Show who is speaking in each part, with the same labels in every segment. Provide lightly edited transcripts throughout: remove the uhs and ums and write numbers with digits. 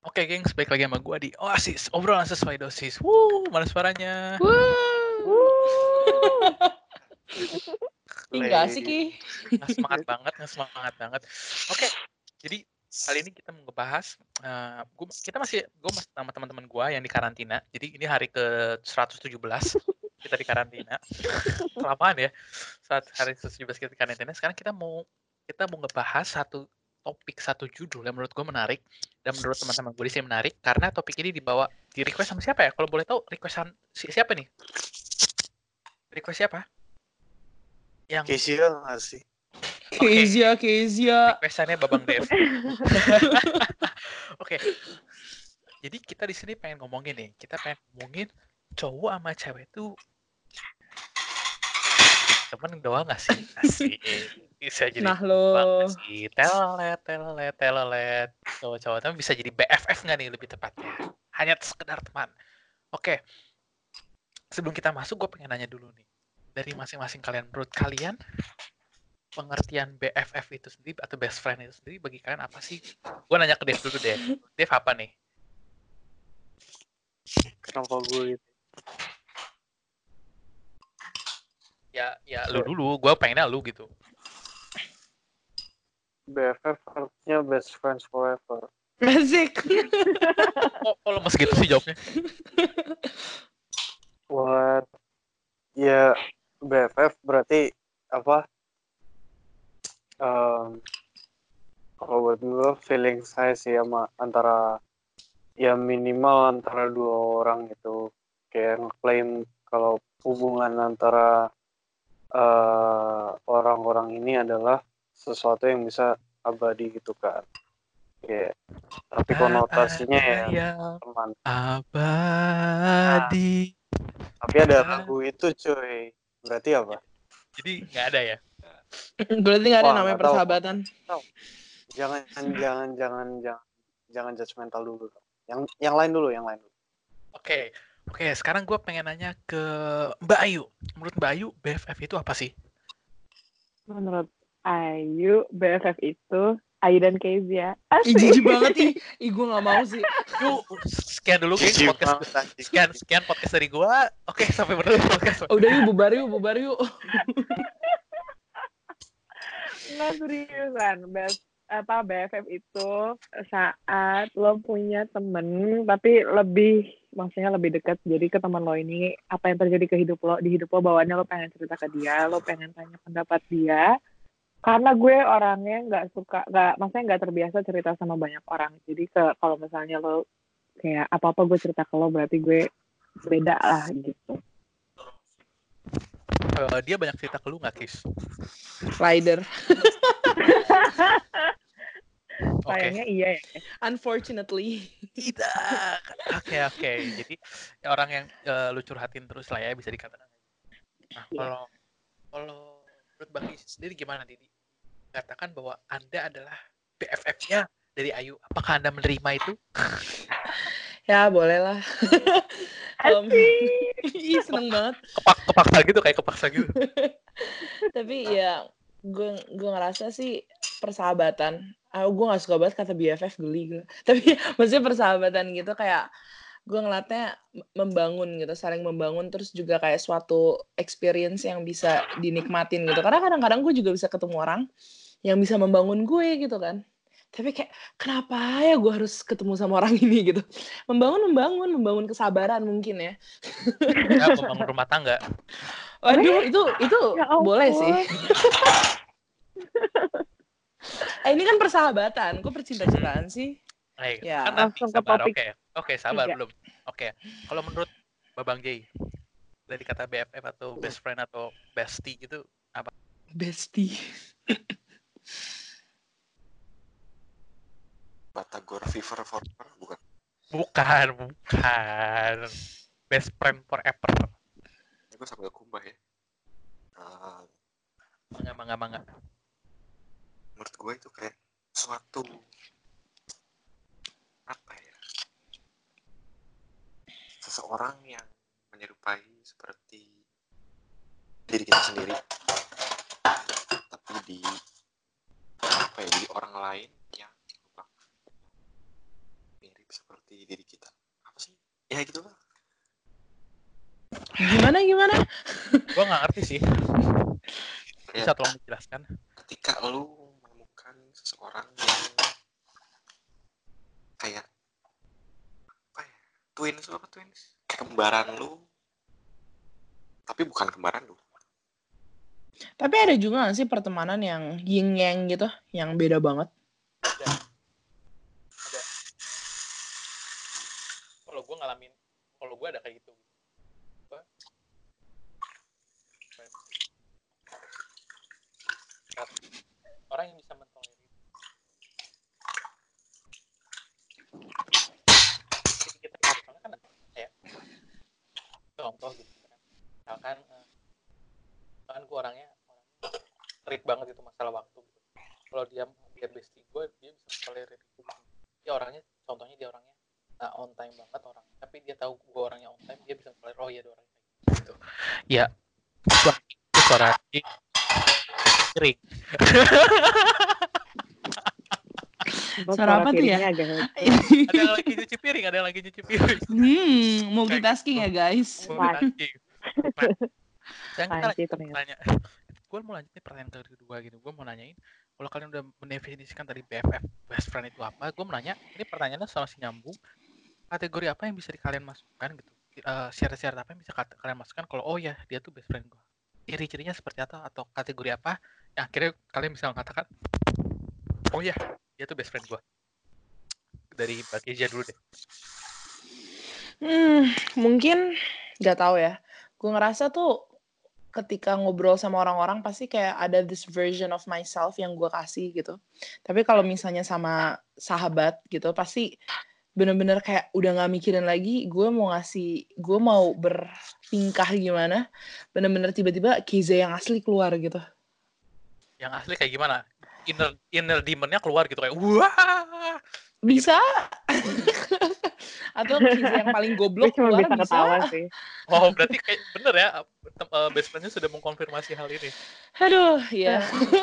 Speaker 1: Oke, gengs, balik lagi sama gua di Oasis, obrolan sesuai dosis. Mana suaranya?
Speaker 2: Enggak sih, Ki.
Speaker 1: Nggak semangat banget. Oke, jadi kali ini kita mau ngebahas, kita masih sama teman-teman gua yang di karantina. Jadi ini hari ke 117 kita di karantina. Kelamaan ya, saat hari 117 kita di karantina. Sekarang kita mau ngebahas satu topik, satu judul yang menurut gue menarik dan menurut teman-teman gue di sini menarik karena topik ini dibawa di request sama siapa ya? Kalau boleh tahu requestan siapa nih? Request siapa? Yang
Speaker 3: Kezia nggak sih?
Speaker 2: Kezia.
Speaker 1: requestannya Babang Dev. Oke. Jadi kita di sini pengen ngomongin nih, kita pengen ngomongin cowok sama cewek tuh temen doang gak sih? Asik. Bisa jadi
Speaker 2: Nah
Speaker 1: temen
Speaker 2: lo.
Speaker 1: doang gak sih? Telolet. Cowok-cowok tapi bisa jadi BFF nggak nih lebih tepatnya? Hanya sekedar teman. Oke. Sebelum kita masuk, gue pengen nanya dulu nih. Dari masing-masing kalian, menurut kalian, pengertian BFF itu sendiri, atau best friend itu sendiri, bagi kalian apa sih? Gue nanya ke Dev dulu deh. Dev apa nih?
Speaker 3: Kenapa gue gitu?
Speaker 1: Ya lu dulu. Gue pengennya lu gitu.
Speaker 3: BFF artinya best friends forever.
Speaker 2: Asik.
Speaker 1: Kok lemes gitu sih jawabnya?
Speaker 3: What? Ya BFF berarti apa? Kalau buat gue feeling saya sih sama antara ya minimal antara dua orang itu kayak ngeklaim kalau hubungan antara orang-orang ini adalah sesuatu yang bisa abadi gitu kan. Kayak tapi konotasinya ya teman.
Speaker 1: Abadi.
Speaker 3: Tapi ada lagu itu cuy. Berarti apa?
Speaker 1: Jadi nggak ada ya?
Speaker 2: Berarti nggak ada
Speaker 3: Wah,
Speaker 2: namanya
Speaker 3: nggak tahu.
Speaker 2: persahabatan.
Speaker 3: Jangan judgmental dulu. Yang lain dulu.
Speaker 1: Oke, sekarang gue pengen nanya ke Mbak Ayu. Menurut Mbak Ayu, BFF itu apa sih?
Speaker 4: Menurut Ayu, BFF itu Ayu dan Kezia.
Speaker 2: Ih, jijik banget ih. Gue nggak mau sih.
Speaker 1: Yuk, sekian dulu guys podcast. Sekian podcast dari gue. Oke, sampai bertemu podcast.
Speaker 2: Udah yuk, bubar yuk.
Speaker 4: Nggak seriusan. BFF itu saat lo punya temen tapi maksudnya lebih dekat. Jadi ke teman lo ini apa yang terjadi ke hidup lo, di hidup lo bawaannya lo pengen cerita ke dia, lo pengen tanya pendapat dia. Karena gue orangnya maksudnya nggak terbiasa cerita sama banyak orang. Jadi kalau misalnya lo kayak apa-apa gue cerita ke lo berarti gue beda lah gitu.
Speaker 1: Dia banyak cerita ke lu nggak, Kis?
Speaker 2: Rider.
Speaker 4: Sayangnya iya ya.
Speaker 2: Unfortunately.
Speaker 1: Tidak. Oke. Jadi orang yang lu curhatin terus lah ya, bisa dikatakan. Nah, kalau menurut Bang Kis sendiri gimana, Didi? Katakan bahwa Anda adalah BFF-nya dari Ayu. Apakah Anda menerima itu?
Speaker 2: Ya, boleh lah. Ih, seneng banget.
Speaker 1: Kepaksa gitu.
Speaker 2: Tapi ya, gue ngerasa sih persahabatan. Gue gak suka banget kata BFF, geli gue. Tapi maksudnya persahabatan gitu kayak gue ngeliatnya membangun gitu, saling membangun, terus juga kayak suatu experience yang bisa dinikmatin gitu. Karena kadang-kadang gue juga bisa ketemu orang yang bisa membangun gue gitu kan. Tapi kayak kenapa ya gue harus ketemu sama orang ini gitu. Membangun kesabaran mungkin ya.
Speaker 1: Ya, membangun rumah tangga.
Speaker 2: Waduh, itu
Speaker 4: Ya
Speaker 2: boleh sih. Ini kan persahabatan, kok percinta-cintaan sih?
Speaker 1: Ya. Kan nanti sabar. Oke, sabar
Speaker 4: 3.
Speaker 1: belum. Oke. Kalau menurut Babang Jay, dari kata BFF atau best friend atau bestie gitu apa?
Speaker 2: Bestie.
Speaker 5: Batagor Fever Forever bukan?
Speaker 1: Bukan. Best friend forever.
Speaker 5: Ini gue sambil kumbah ya.
Speaker 1: Mangga.
Speaker 5: Menurut gue itu kayak suatu apa ya? Seseorang yang menyerupai seperti diri kita sendiri, tapi di orang lain yang mirip seperti diri kita. Apa sih? Ya gitu lah.
Speaker 2: Gimana?
Speaker 1: Gue nggak ngerti sih.
Speaker 5: Ya,
Speaker 1: Bisa tolong dijelaskan?
Speaker 5: ketika lu menemukan seseorang yang kayak apa ya? Twins. Kayak kembaran lu. Tapi bukan kembaran lu.
Speaker 2: Tapi ada juga gak sih pertemanan yang yin yang gitu, yang beda banget?
Speaker 1: Ada. Kalau gue ada kayak gitu. Apa? Orang yang bisa mentolerir. Jadi kita misalnya kan kayak contoh gitu kan. Misalkan gue orangnya strict banget itu masalah waktu gitu. Kalau dia bestie gue, dia bisa tolerir itu. Contohnya dia orangnya nggak on time banget orangnya, tapi dia tahu gue orangnya on time, dia bisa tolerir, oh iya dia orangnya gitu. Ya, suara strict.
Speaker 2: Suara apa tuh ya?
Speaker 1: Ada yang lagi nyuci piring.
Speaker 2: Multitasking ya guys.
Speaker 1: Multitasking. Nah, saya
Speaker 4: Panci
Speaker 1: kita
Speaker 4: ternyata.
Speaker 1: tanya. Gue mau lanjutin pertanyaan kedua gitu. Gue mau nanyain, kalau kalian udah mendefinisikan tadi BFF, best friend itu apa? Gue mau nanya, ini pertanyaannya sama si nyambung. Kategori apa yang bisa kalian masukkan gitu? Syarat-syarat apa yang bisa kalian masukkan kalau oh ya dia tuh best friend gue? Ciri-cirinya seperti apa atau kategori apa yang akhirnya kalian bisa mengatakan, oh ya dia tuh best friend gue? Dari Mbak Keja dulu deh.
Speaker 2: Mungkin nggak tahu ya. Gue ngerasa tuh ketika ngobrol sama orang-orang pasti kayak ada this version of myself yang gue kasih gitu. Tapi kalau misalnya sama sahabat gitu pasti bener-bener kayak udah nggak mikirin lagi gue mau bertingkah gimana. Bener-bener tiba-tiba Kiza yang asli keluar gitu.
Speaker 1: Yang asli kayak gimana? Inner demon-nya keluar gitu kayak wah.
Speaker 2: Bisa. Atau Kiza yang paling goblok
Speaker 4: Gue cuma
Speaker 2: keluar
Speaker 4: bisa ketawa sih.
Speaker 1: Oh, berarti kayak bener ya, best friend-nya sudah mengkonfirmasi hal ini.
Speaker 2: Aduh, ya.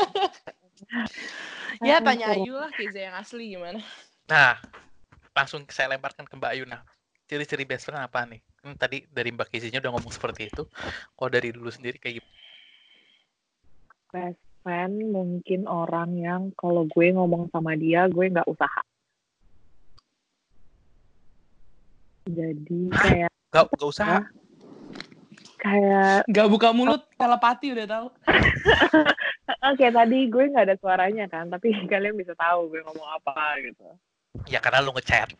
Speaker 2: Ya tanya Ayu lah Kiza yang asli gimana.
Speaker 1: Nah, langsung saya lemparkan ke Mbak Ayu. Nah, ciri-ciri best friend apa nih? Tadi dari Mbak Kizinya udah ngomong seperti itu. Kalau dari dulu sendiri kayak gimana?
Speaker 4: Best friend mungkin orang yang kalau gue ngomong sama dia, gue nggak usaha. Jadi kayak
Speaker 1: Gak usaha.
Speaker 4: Kayak
Speaker 2: Gak buka mulut, telepati udah tahu.
Speaker 4: Oke, tadi gue nggak ada suaranya kan, tapi kalian bisa tahu gue ngomong apa gitu.
Speaker 1: Ya karena lu ngechat.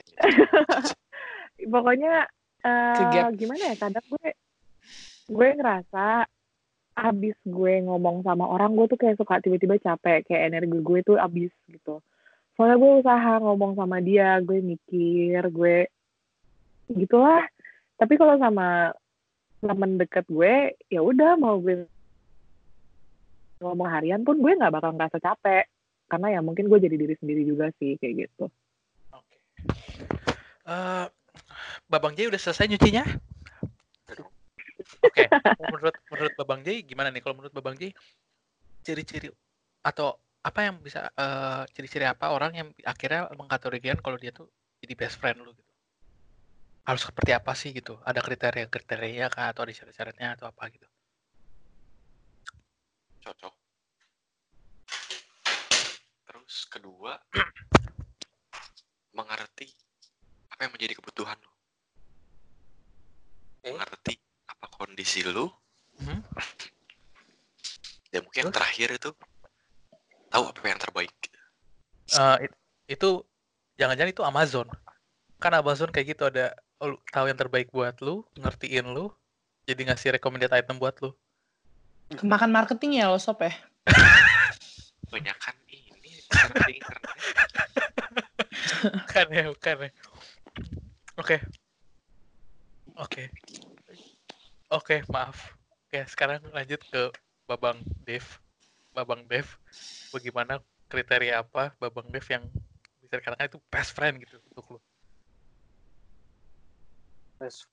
Speaker 4: Pokoknya
Speaker 2: Kegap.
Speaker 4: gimana ya, kadang gue ngerasa abis gue ngomong sama orang, gue tuh kayak suka tiba-tiba capek, kayak energi gue tuh abis gitu. Soalnya gue usaha ngomong sama dia, gue mikir, gue gitulah. Tapi kalau sama temen deket gue, ya udah mau gue ngomong harian pun gue nggak bakal ngerasa capek. Karena ya mungkin gue jadi diri sendiri juga sih, kayak gitu.
Speaker 1: Oke. Babang Jay udah selesai nyucinya? Oke. Menurut Babang Jay gimana nih? Kalau menurut Babang Jay, ciri-ciri atau apa yang bisa ciri-ciri apa orang yang akhirnya mengkategorikan kalau dia tuh jadi best friend lu gitu? Harus seperti apa sih gitu? Ada kriteria kah atau ada syarat-syaratnya atau apa gitu?
Speaker 5: Cocok. Terus kedua, mengerti apa yang menjadi kebutuhan lu. Mengerti apa kondisi lu. Dan mungkin yang terakhir itu tahu apa yang terbaik.
Speaker 1: Itu jangan-jangan itu Amazon. Kan Amazon kayak gitu, ada tahu yang terbaik buat lu, ngertiin lu, jadi ngasih recommended item buat lu.
Speaker 2: Kemakan marketing ya lo sob ya?
Speaker 5: Banyakan ini searching internet.
Speaker 1: Bukan ya. Oke, maaf. Oke, sekarang lanjut ke Babang Dev. Bagaimana kriteria apa Babang Dev yang bisa dikatakan itu best friend gitu untuk lu?
Speaker 3: Best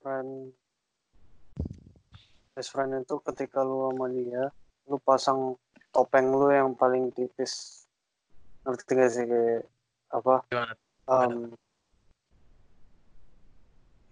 Speaker 3: friend itu ketika lu sama dia, lu pasang topeng lu yang paling tipis. Ngerti gak sih kayak apa?
Speaker 1: Gimana?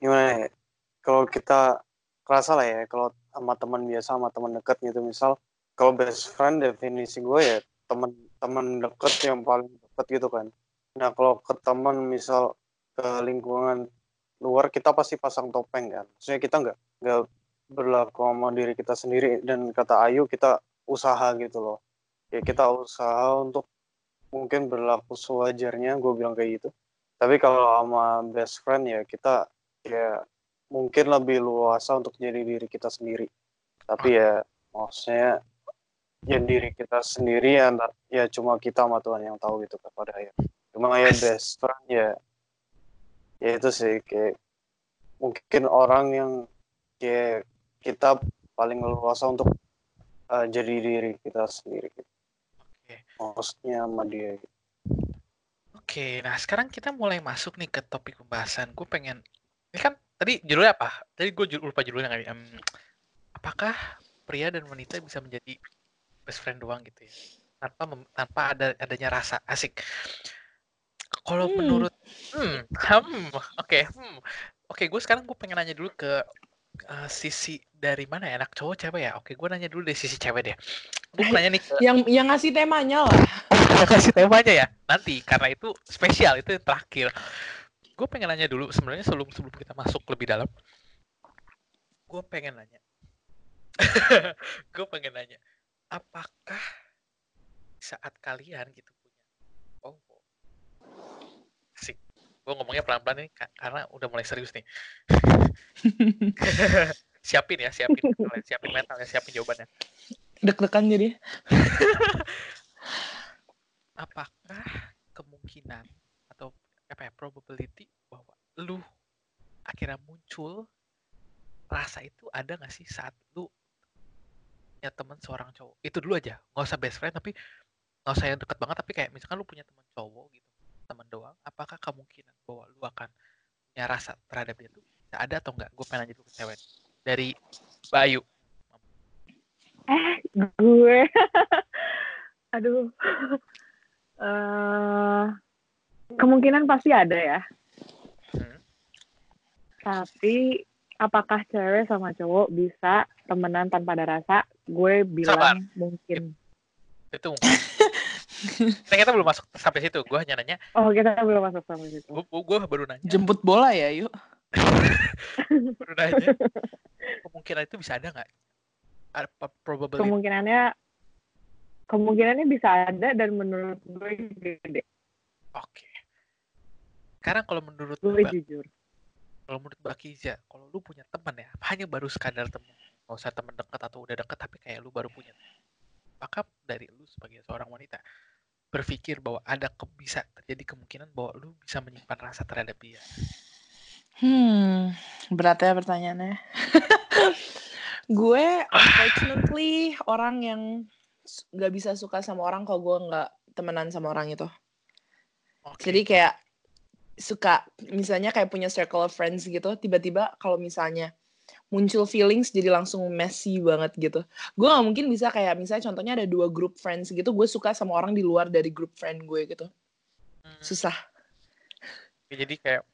Speaker 3: gimana ya, kalau kita kerasa lah ya, kalau sama teman biasa sama teman dekat gitu, misal kalau best friend definisi gue ya teman dekat yang paling dekat gitu kan. Nah kalau ke teman misal ke lingkungan luar, kita pasti pasang topeng kan, maksudnya kita nggak berlaku sama diri kita sendiri, dan kata Ayu kita usaha gitu loh ya, kita usaha untuk mungkin berlaku sewajarnya, gue bilang kayak gitu. Tapi kalau sama best friend ya kita ya mungkin lebih luasa untuk jadi diri kita sendiri. Tapi ya maksudnya ya diri kita sendiri ya cuma kita sama Tuhan yang tahu gitu kepada ya. Cuma ya best friend ya itu sih kayak mungkin orang yang kayak kita paling luasa untuk jadi diri kita sendiri gitu.
Speaker 1: Oke.
Speaker 3: Maksudnya sama dia gitu.
Speaker 1: Oke, nah sekarang kita mulai masuk nih ke topik pembahasan. Gue pengen, ini kan tadi judulnya apa? Tadi gue lupa judulnya kali. Apakah pria dan wanita bisa menjadi best friend doang gitu ya? Tanpa adanya rasa asik. Kalau menurut, oke, gue sekarang pengen nanya dulu ke sisi dari mana ya, anak cowok cewek ya? Oke, gue nanya dulu dari sisi cewek deh. Gue mau nanya nih ke
Speaker 2: Yang ngasih temanya lah.
Speaker 1: kasih temanya ya nanti, karena itu spesial, itu yang terakhir. Gue pengen nanya dulu sebenarnya sebelum kita masuk lebih dalam. Gue pengen nanya, apakah saat kalian gitu punya asik, gue ngomongnya pelan-pelan nih karena udah mulai serius nih. siapin mental ya, siapin jawabannya.
Speaker 2: Deg-degan jadi.
Speaker 1: Apakah kemungkinan atau probability bahwa lu akhirnya muncul rasa itu ada nggak sih saat lu punya teman seorang cowok? Itu dulu aja, nggak usah best friend, tapi nggak usah yang deket banget, tapi kayak misalkan lu punya teman cowok gitu, teman doang, apakah kemungkinan bahwa lu akan punya rasa terhadap dia tuh bisa ada atau enggak? Gue pengen nanya dulu ke cewek. Dari Bayu.
Speaker 4: Gue aduh kemungkinan pasti ada ya. Tapi apakah cewek sama cowok bisa temenan tanpa ada rasa? Gue bilang mungkin.
Speaker 1: Itu mungkin. Nah, kita belum masuk sampai situ. Gue hanya nanya.
Speaker 4: Oh, kita belum masuk sampai situ.
Speaker 1: Gue baru nanya.
Speaker 2: Jemput bola ya, yuk.
Speaker 1: Baru nanya. Kemungkinan itu bisa ada nggak? Probability.
Speaker 4: Kemungkinannya bisa ada, dan menurut gue gede.
Speaker 1: Oke. Sekarang kalau menurut
Speaker 4: gue jujur.
Speaker 1: Kalau menurut Mbak Kiza, kalau lu punya teman ya, hanya baru sekadar teman, nggak usah teman dekat atau udah dekat, tapi kayak lu baru punya teman. Apakah dari lu sebagai seorang wanita berpikir bahwa bisa terjadi kemungkinan bahwa lu bisa menyimpan rasa terhadap dia?
Speaker 2: Berat ya pertanyaannya. Gue unfortunately orang yang nggak bisa suka sama orang kalau gue nggak temenan sama orang itu. Okay. Jadi kayak suka misalnya kayak punya circle of friends gitu, tiba-tiba kalau misalnya muncul feelings jadi langsung messy banget gitu. Gue gak mungkin bisa kayak misalnya contohnya ada 2 group friends gitu, gue suka sama orang di luar dari group friend gue gitu. Susah.
Speaker 1: Jadi kayak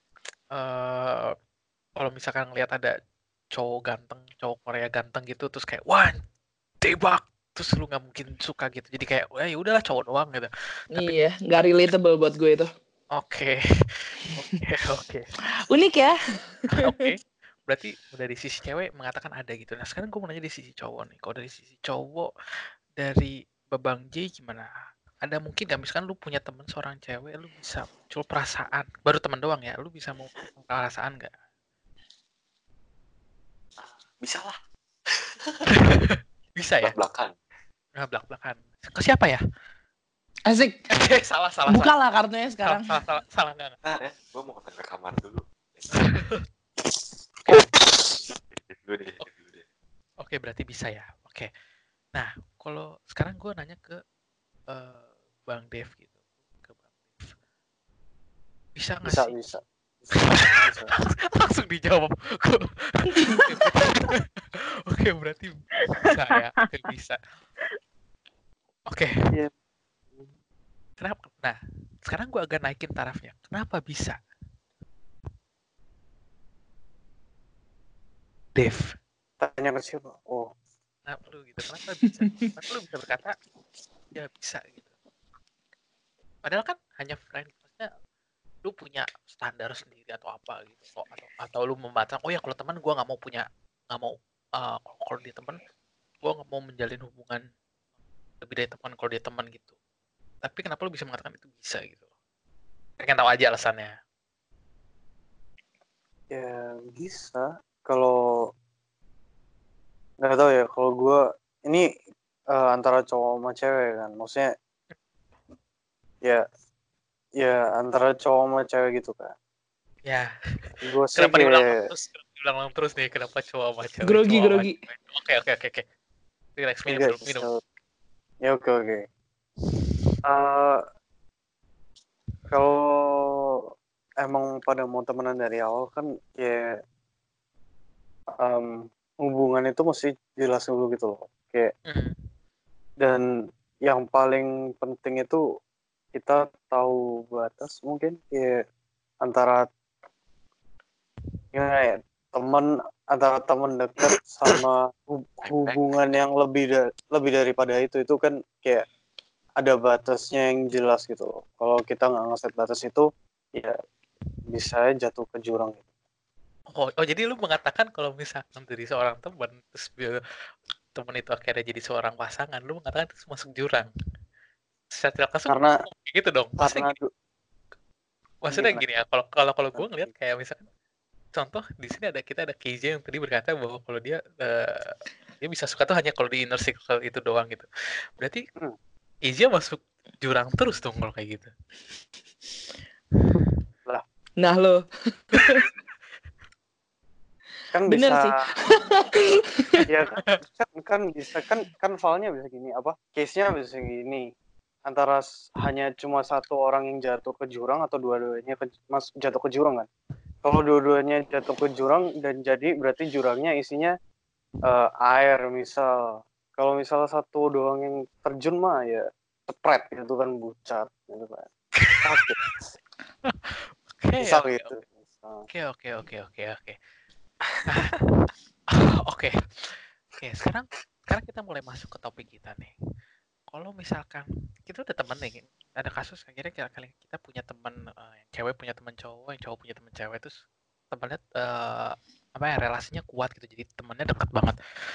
Speaker 1: kalau misalkan ngeliat ada cowok Korea ganteng gitu, terus kayak wah tebak, terus lu nggak mungkin suka gitu. Jadi kayak ya udahlah cowok doang gitu.
Speaker 2: Tapi, iya, nggak relatable buat gue itu.
Speaker 1: Oke.
Speaker 2: Unik ya.
Speaker 1: Oke. Berarti dari sisi cewek mengatakan ada gitu. Nah sekarang gue mau nanya dari sisi cowok nih. Kalau dari sisi cowok, dari Babang J gimana? Ada mungkin nggak misalkan lu punya temen seorang cewek, lu bisa muncul perasaan, baru temen doang ya, lu bisa mau perasaan nggak?
Speaker 5: Bisa lah.
Speaker 1: Bisa ya?
Speaker 5: Belak-belakan.
Speaker 1: Ke siapa ya?
Speaker 2: Asik.
Speaker 1: salah.
Speaker 2: Buka lah kartunya sekarang.
Speaker 1: Salah enggak.
Speaker 5: Nah, ya, gue mau ke kamar dulu.
Speaker 1: Oke, berarti bisa ya. Oke. Nah, kalau sekarang gue nanya ke Bang Dev gitu. Ke Bang Dev. Bisa nggak sih?
Speaker 3: Bisa.
Speaker 1: Langsung dijawab. Oke, berarti bisa ya. Bisa. Oke.
Speaker 3: Yeah.
Speaker 1: Kenapa? Nah, sekarang gue agak naikin tarafnya. Kenapa bisa? Dave.
Speaker 3: Tanya ke siapa? Oh,
Speaker 1: Kenapa lu gitu? Kenapa bisa? Kenapa lu bisa berkata ya bisa gitu? Padahal kan hanya friend, maksudnya lu punya standar sendiri atau apa gitu, atau lu membatang, oh ya kalau teman gue nggak mau kalau dia teman, gue nggak mau menjalin hubungan lebih dari teman kalau dia teman gitu. Tapi kenapa lu bisa mengatakan itu bisa gitu? Pengen tahu aja alasannya.
Speaker 3: ya bisa. Kalau nggak tahu ya, kalau gue ini antara cowok sama cewek kan, maksudnya ya antara cowok sama cewek gitu kan.
Speaker 1: Ya,
Speaker 3: Gue sih
Speaker 1: kenapa diulang
Speaker 3: kayak
Speaker 1: terus? Diulang terus nih, kenapa cowok sama cewek?
Speaker 2: Grogi,
Speaker 1: Cowok sama
Speaker 2: grogi.
Speaker 1: cewek. Oke. Relax,
Speaker 3: enggak
Speaker 1: minum.
Speaker 3: ya oke. Eh, kalau emang pada mau temenan dari awal kan ya hubungan itu mesti jelas dulu gitu loh. Kayak
Speaker 1: Mhm.
Speaker 3: dan yang paling penting itu kita tahu batas mungkin kayak antara gimana ya, antara teman dekat sama hubungan yang lebih daripada itu kan kayak ada batasnya yang jelas gitu loh. Kalau kita nggak ngeset batas itu ya bisa jatuh ke jurang gitu.
Speaker 1: Oh, jadi lu mengatakan kalau misalkan dari seorang teman terus teman itu akhirnya jadi seorang pasangan, lu mengatakan itu masuk jurang. Secara tidak langsung
Speaker 3: Karena
Speaker 1: kayak gitu dong. Maksudnya
Speaker 3: gimana?
Speaker 1: gini ya, kalau gue ngeliat kayak misalkan contoh di sini kita ada KJ yang tadi berkata bahwa kalau dia bisa suka tuh hanya kalau di inner circle itu doang gitu. Berarti KJ masuk jurang terus dong kalau kayak gitu.
Speaker 3: Lah,
Speaker 2: Nah lo,
Speaker 3: kan
Speaker 2: bener
Speaker 3: bisa
Speaker 2: sih.
Speaker 3: ya kan bisa kan filenya bisa gini apa case-nya bisa gini antara hanya cuma satu orang yang jatuh ke jurang atau dua-duanya jatuh ke jurang kan. Kalau dua-duanya jatuh ke jurang dan jadi berarti jurangnya isinya air misal. Kalau misal satu doang yang terjun mah ya spread gitu kan, bucat gitu kan. Sakit. Misal gitu.
Speaker 1: Oke. Oke. Sekarang kita mulai masuk ke topik kita nih. Kalau misalkan kita udah temen nih, ada kasus akhirnya kita punya teman yang cewek punya teman cowok, yang cowok punya teman cewek, terus temennya relasinya kuat gitu, jadi temennya dekat banget.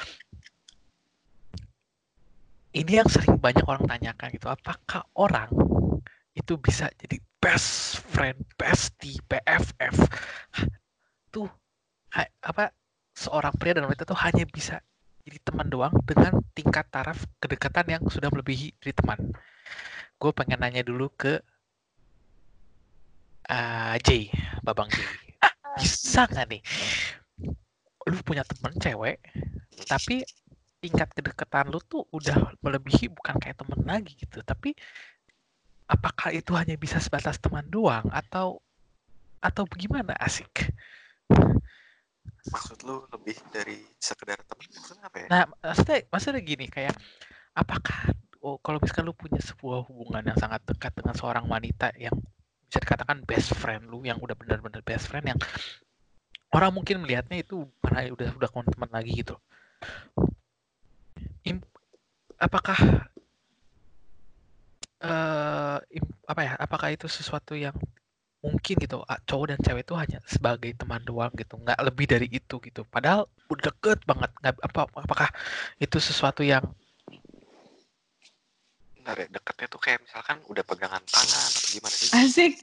Speaker 1: Ini yang sering banyak orang tanyakan gitu, apakah orang itu bisa jadi best friend, bestie, BFF? Tuh seorang pria dan wanita tuh hanya bisa jadi teman doang dengan tingkat taraf kedekatan yang sudah melebihi dari teman. Gue pengen nanya dulu ke Babang J. Bisa nggak nih lu punya temen cewek tapi tingkat kedekatan lu tuh udah melebihi, bukan kayak temen lagi gitu, tapi apakah itu hanya bisa sebatas teman doang atau bagaimana? Asik.
Speaker 5: Maksud lu lebih dari sekedar teman, maksudnya apa ya?
Speaker 1: Nah, maksudnya gini, kayak apakah kalau misalkan lu punya sebuah hubungan yang sangat dekat dengan seorang wanita yang bisa dikatakan best friend lu, yang udah benar-benar best friend, yang orang mungkin melihatnya itu karena udah teman lagi gitu. Apakah apakah itu sesuatu yang mungkin gitu, cowok dan cewek itu hanya sebagai teman doang gitu, nggak lebih dari itu gitu, padahal udah deket banget, apakah itu sesuatu yang
Speaker 5: Bentar ya, deketnya tuh kayak misalkan udah pegangan tangan atau gimana sih?
Speaker 2: Asik.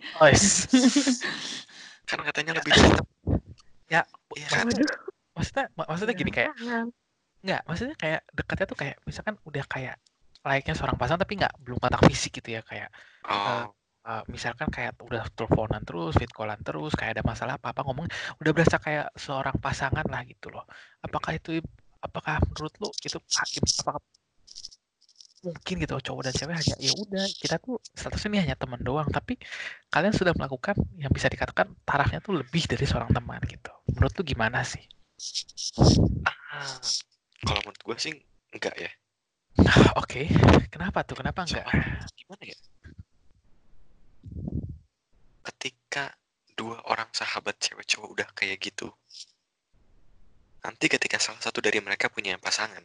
Speaker 5: Kan katanya lebih dari teman.
Speaker 1: Ya,
Speaker 5: Iya kan?
Speaker 1: maksudnya gini, kayak nggak, maksudnya kayak dekatnya tuh kayak misalkan udah kayak layaknya seorang pasangan tapi belum kontak fisik gitu ya, kayak misalkan kayak udah teleponan terus, video callan terus, kayak ada masalah apa ngomong udah berasa kayak seorang pasangan lah gitu loh. Apakah menurut lo itu apakah mungkin gitu cowok dan cewek hanya ya udah kita tuh statusnya ini hanya teman doang, tapi kalian sudah melakukan yang bisa dikatakan tarafnya tuh lebih dari seorang teman gitu. Menurut lu gimana sih?
Speaker 5: Kalau menurut gue sih enggak ya.
Speaker 1: Oke. Kenapa enggak?
Speaker 5: Gimana ya? Ketika dua orang sahabat cewek cowok udah kayak gitu, nanti ketika salah satu dari mereka punya pasangan,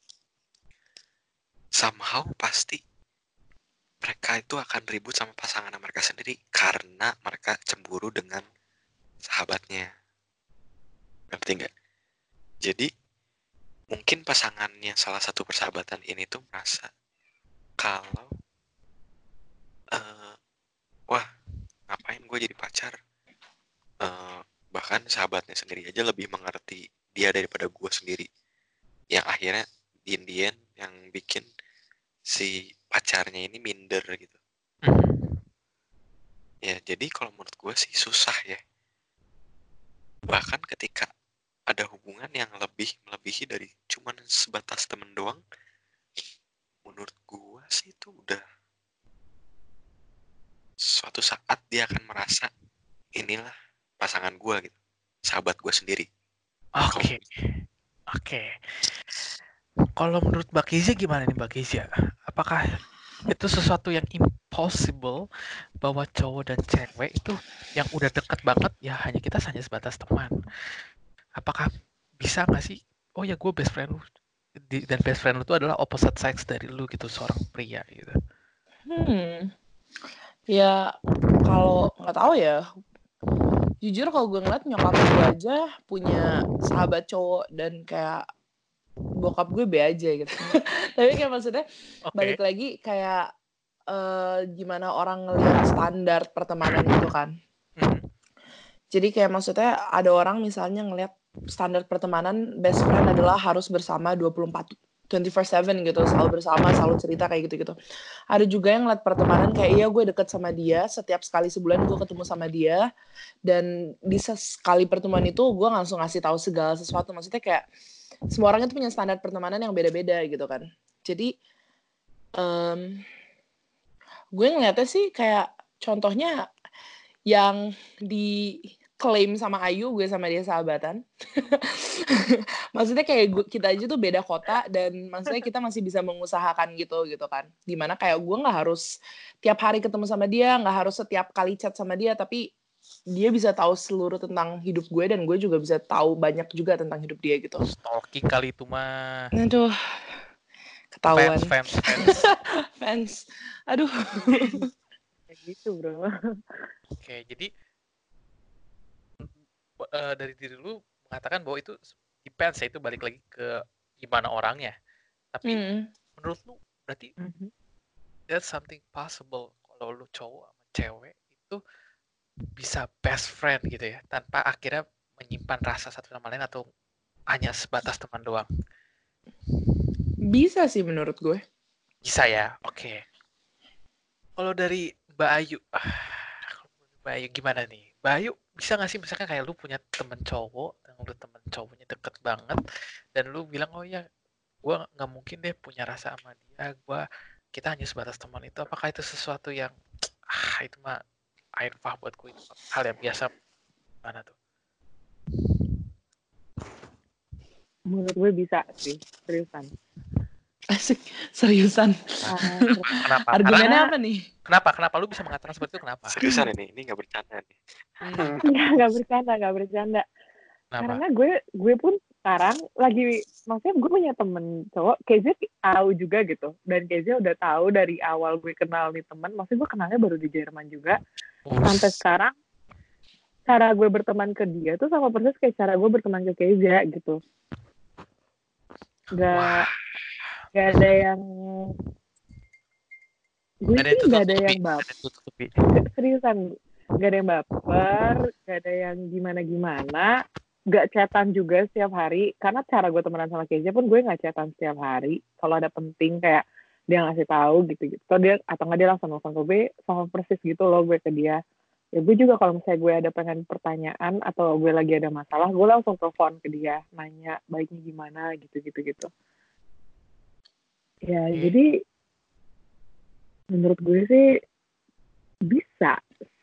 Speaker 5: somehow pasti mereka itu akan ribut sama pasangan mereka sendiri karena mereka cemburu dengan sahabatnya. Ngerti nggak? Jadi mungkin pasangannya salah satu persahabatan ini tuh merasa kalau wah, ngapain gue jadi pacar? Bahkan sahabatnya sendiri aja lebih mengerti dia daripada gue sendiri. Yang akhirnya Indian yang bikin si pacarnya ini minder gitu. Ya, jadi kalau menurut gue sih susah ya. Bahkan ketika ada hubungan yang melebihi dari cuman sebatas temen doang, menurut gue sih itu udah suatu saat dia akan merasa inilah pasangan gue gitu, sahabat gue sendiri.
Speaker 1: Oke. Kalau menurut Mbak Kezia gimana nih Mbak Kezia? Apakah itu sesuatu yang impossible bahwa cowok dan cewek itu yang udah deket banget ya hanya sebatas teman? Apakah bisa nggak sih? Oh ya gue best friend lu dan best friend lu itu adalah opposite sex dari lu gitu, seorang pria gitu.
Speaker 2: Ya kalau nggak tahu ya. Jujur kalau gue ngeliat nyokap gue aja punya sahabat cowok dan kayak bokap gue be aja gitu. Tapi kayak maksudnya balik lagi kayak gimana orang ngelihat standar pertemanan gitu kan. Jadi kayak maksudnya ada orang misalnya ngelihat standar pertemanan best friend adalah harus bersama 24/7 gitu, selalu bersama, selalu cerita kayak gitu-gitu. Ada juga yang ngeliat pertemanan kayak iya gue deket sama dia, setiap sekali sebulan gue ketemu sama dia, dan di sekali pertemuan itu gue langsung ngasih tahu segala sesuatu. Maksudnya kayak semua orang itu punya standar pertemanan yang beda-beda gitu kan. Jadi gue ngeliatnya sih kayak contohnya yang diklaim sama Ayu, gue sama dia sahabatan. Maksudnya kayak kita aja tuh beda kota dan maksudnya kita masih bisa mengusahakan gitu kan. Dimana kayak gue nggak harus tiap hari ketemu sama dia, nggak harus setiap kali chat sama dia, tapi dia bisa tahu seluruh tentang hidup gue dan gue juga bisa tahu banyak juga tentang hidup dia gitu.
Speaker 1: Stalking kali itu mah.
Speaker 2: Aduh, ketahuan.
Speaker 1: Fans.
Speaker 2: Aduh.
Speaker 4: Kayak gitu bro.
Speaker 1: Oke, jadi dari diri lu mengatakan bahwa itu depends ya, itu balik lagi ke gimana orangnya. Tapi menurut lu berarti that's something possible kalau lu cowok sama cewek itu bisa best friend gitu ya, tanpa akhirnya menyimpan rasa satu sama lain atau hanya sebatas teman doang.
Speaker 2: Bisa sih menurut gue.
Speaker 1: Bisa ya, oke. Kalau dari Mbak Ayu, gimana nih? Mbak Ayu bisa nggak sih misalkan kayak lu punya temen cowok, dan lu temen cowoknya deket banget, dan lu bilang oh ya, gue nggak mungkin deh punya rasa sama dia, kita hanya sebatas teman itu. Apakah itu sesuatu yang itu mah air bah buat gue, itu hal yang biasa? Mana tuh?
Speaker 4: Menurut gue bisa sih, seriusan.
Speaker 2: Asik, seriusan.
Speaker 1: Kenapa?
Speaker 2: Argumennya apa nih?
Speaker 1: Kenapa lu bisa mengatakan seperti itu? Kenapa?
Speaker 5: Seriusan ini nggak bercanda nih.
Speaker 4: Nggak bercanda. Karena gue pun sekarang lagi, maksudnya gue punya temen cowok, Kezia tahu juga gitu, dan Kezia udah tahu dari awal gue kenal nih temen, maksudnya gue kenalnya baru di Jerman juga, sampai sekarang cara gue berteman ke dia tuh sama persis kayak cara gue berteman ke Kezia gitu. Gak ada yang gue sih gak ada yang baper, seriusan gak ada yang baper, gak ada yang gimana, gak chatan juga setiap hari, karena cara gue temenan sama Kezia pun gue gak chatan setiap hari. Kalau ada penting kayak dia ngasih tahu gitu, atau nggak dia langsung nelfon ke gue sama persis gitu loh gue ke dia. Ya gue juga kalau misalnya gue ada pengen pertanyaan atau gue lagi ada masalah, gue langsung telepon ke dia, nanya baiknya gimana gitu. Ya jadi menurut gue sih bisa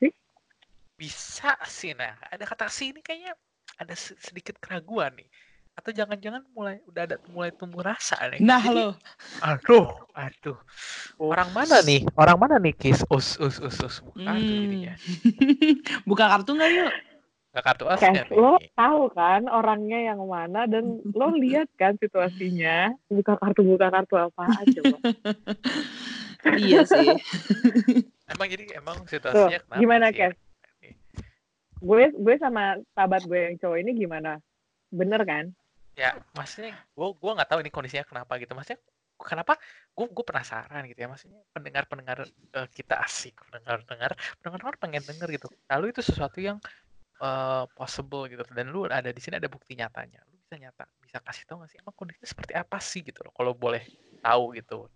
Speaker 4: sih.
Speaker 1: Nah ada kata sih ini kayaknya ada sedikit keraguan nih, atau jangan-jangan udah ada tumbuh rasa nih.
Speaker 2: Nah
Speaker 1: jadi,
Speaker 2: lo
Speaker 1: aduh orang mana nih Kis buka kartu jadinya.
Speaker 2: Buka kartu nggak yuk?
Speaker 1: Nggak kartu as
Speaker 4: Kayak
Speaker 1: nggak
Speaker 4: lo
Speaker 1: nih?
Speaker 4: tahu kan orangnya yang mana dan lo lihat kan situasinya. Buka kartu apaan coba.
Speaker 2: Iya sih.
Speaker 1: Emang
Speaker 4: Tuh,
Speaker 1: situasinya kenapa
Speaker 4: gimana
Speaker 1: sih ya?
Speaker 4: Kes? Gue sama sahabat gue yang cowok ini gimana? Bener kan?
Speaker 1: Ya, maksudnya gue nggak tahu ini kondisinya kenapa gitu. Maksudnya kenapa gue penasaran gitu ya. Maksudnya pendengar kita asik, pendengar pengen denger gitu. Lalu itu sesuatu yang possible gitu. Dan lu ada di sini ada bukti nyatanya. Lu bisa kasih tahu nggak sih emang kondisinya seperti apa sih gitu loh. Kalau boleh tahu gitu.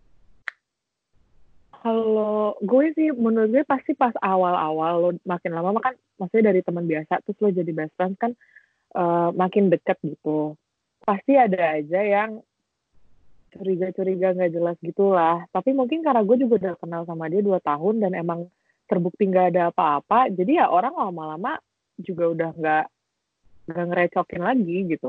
Speaker 4: Kalau gue sih menurut gue pasti pas awal-awal lo makin lama kan maksudnya dari teman biasa terus lo jadi best friend kan makin dekat gitu. Pasti ada aja yang curiga-curiga nggak jelas gitulah. Tapi mungkin karena gue juga udah kenal sama dia 2 tahun dan emang terbukti nggak ada apa-apa, jadi ya orang lama-lama juga udah nggak ngerecokin lagi gitu.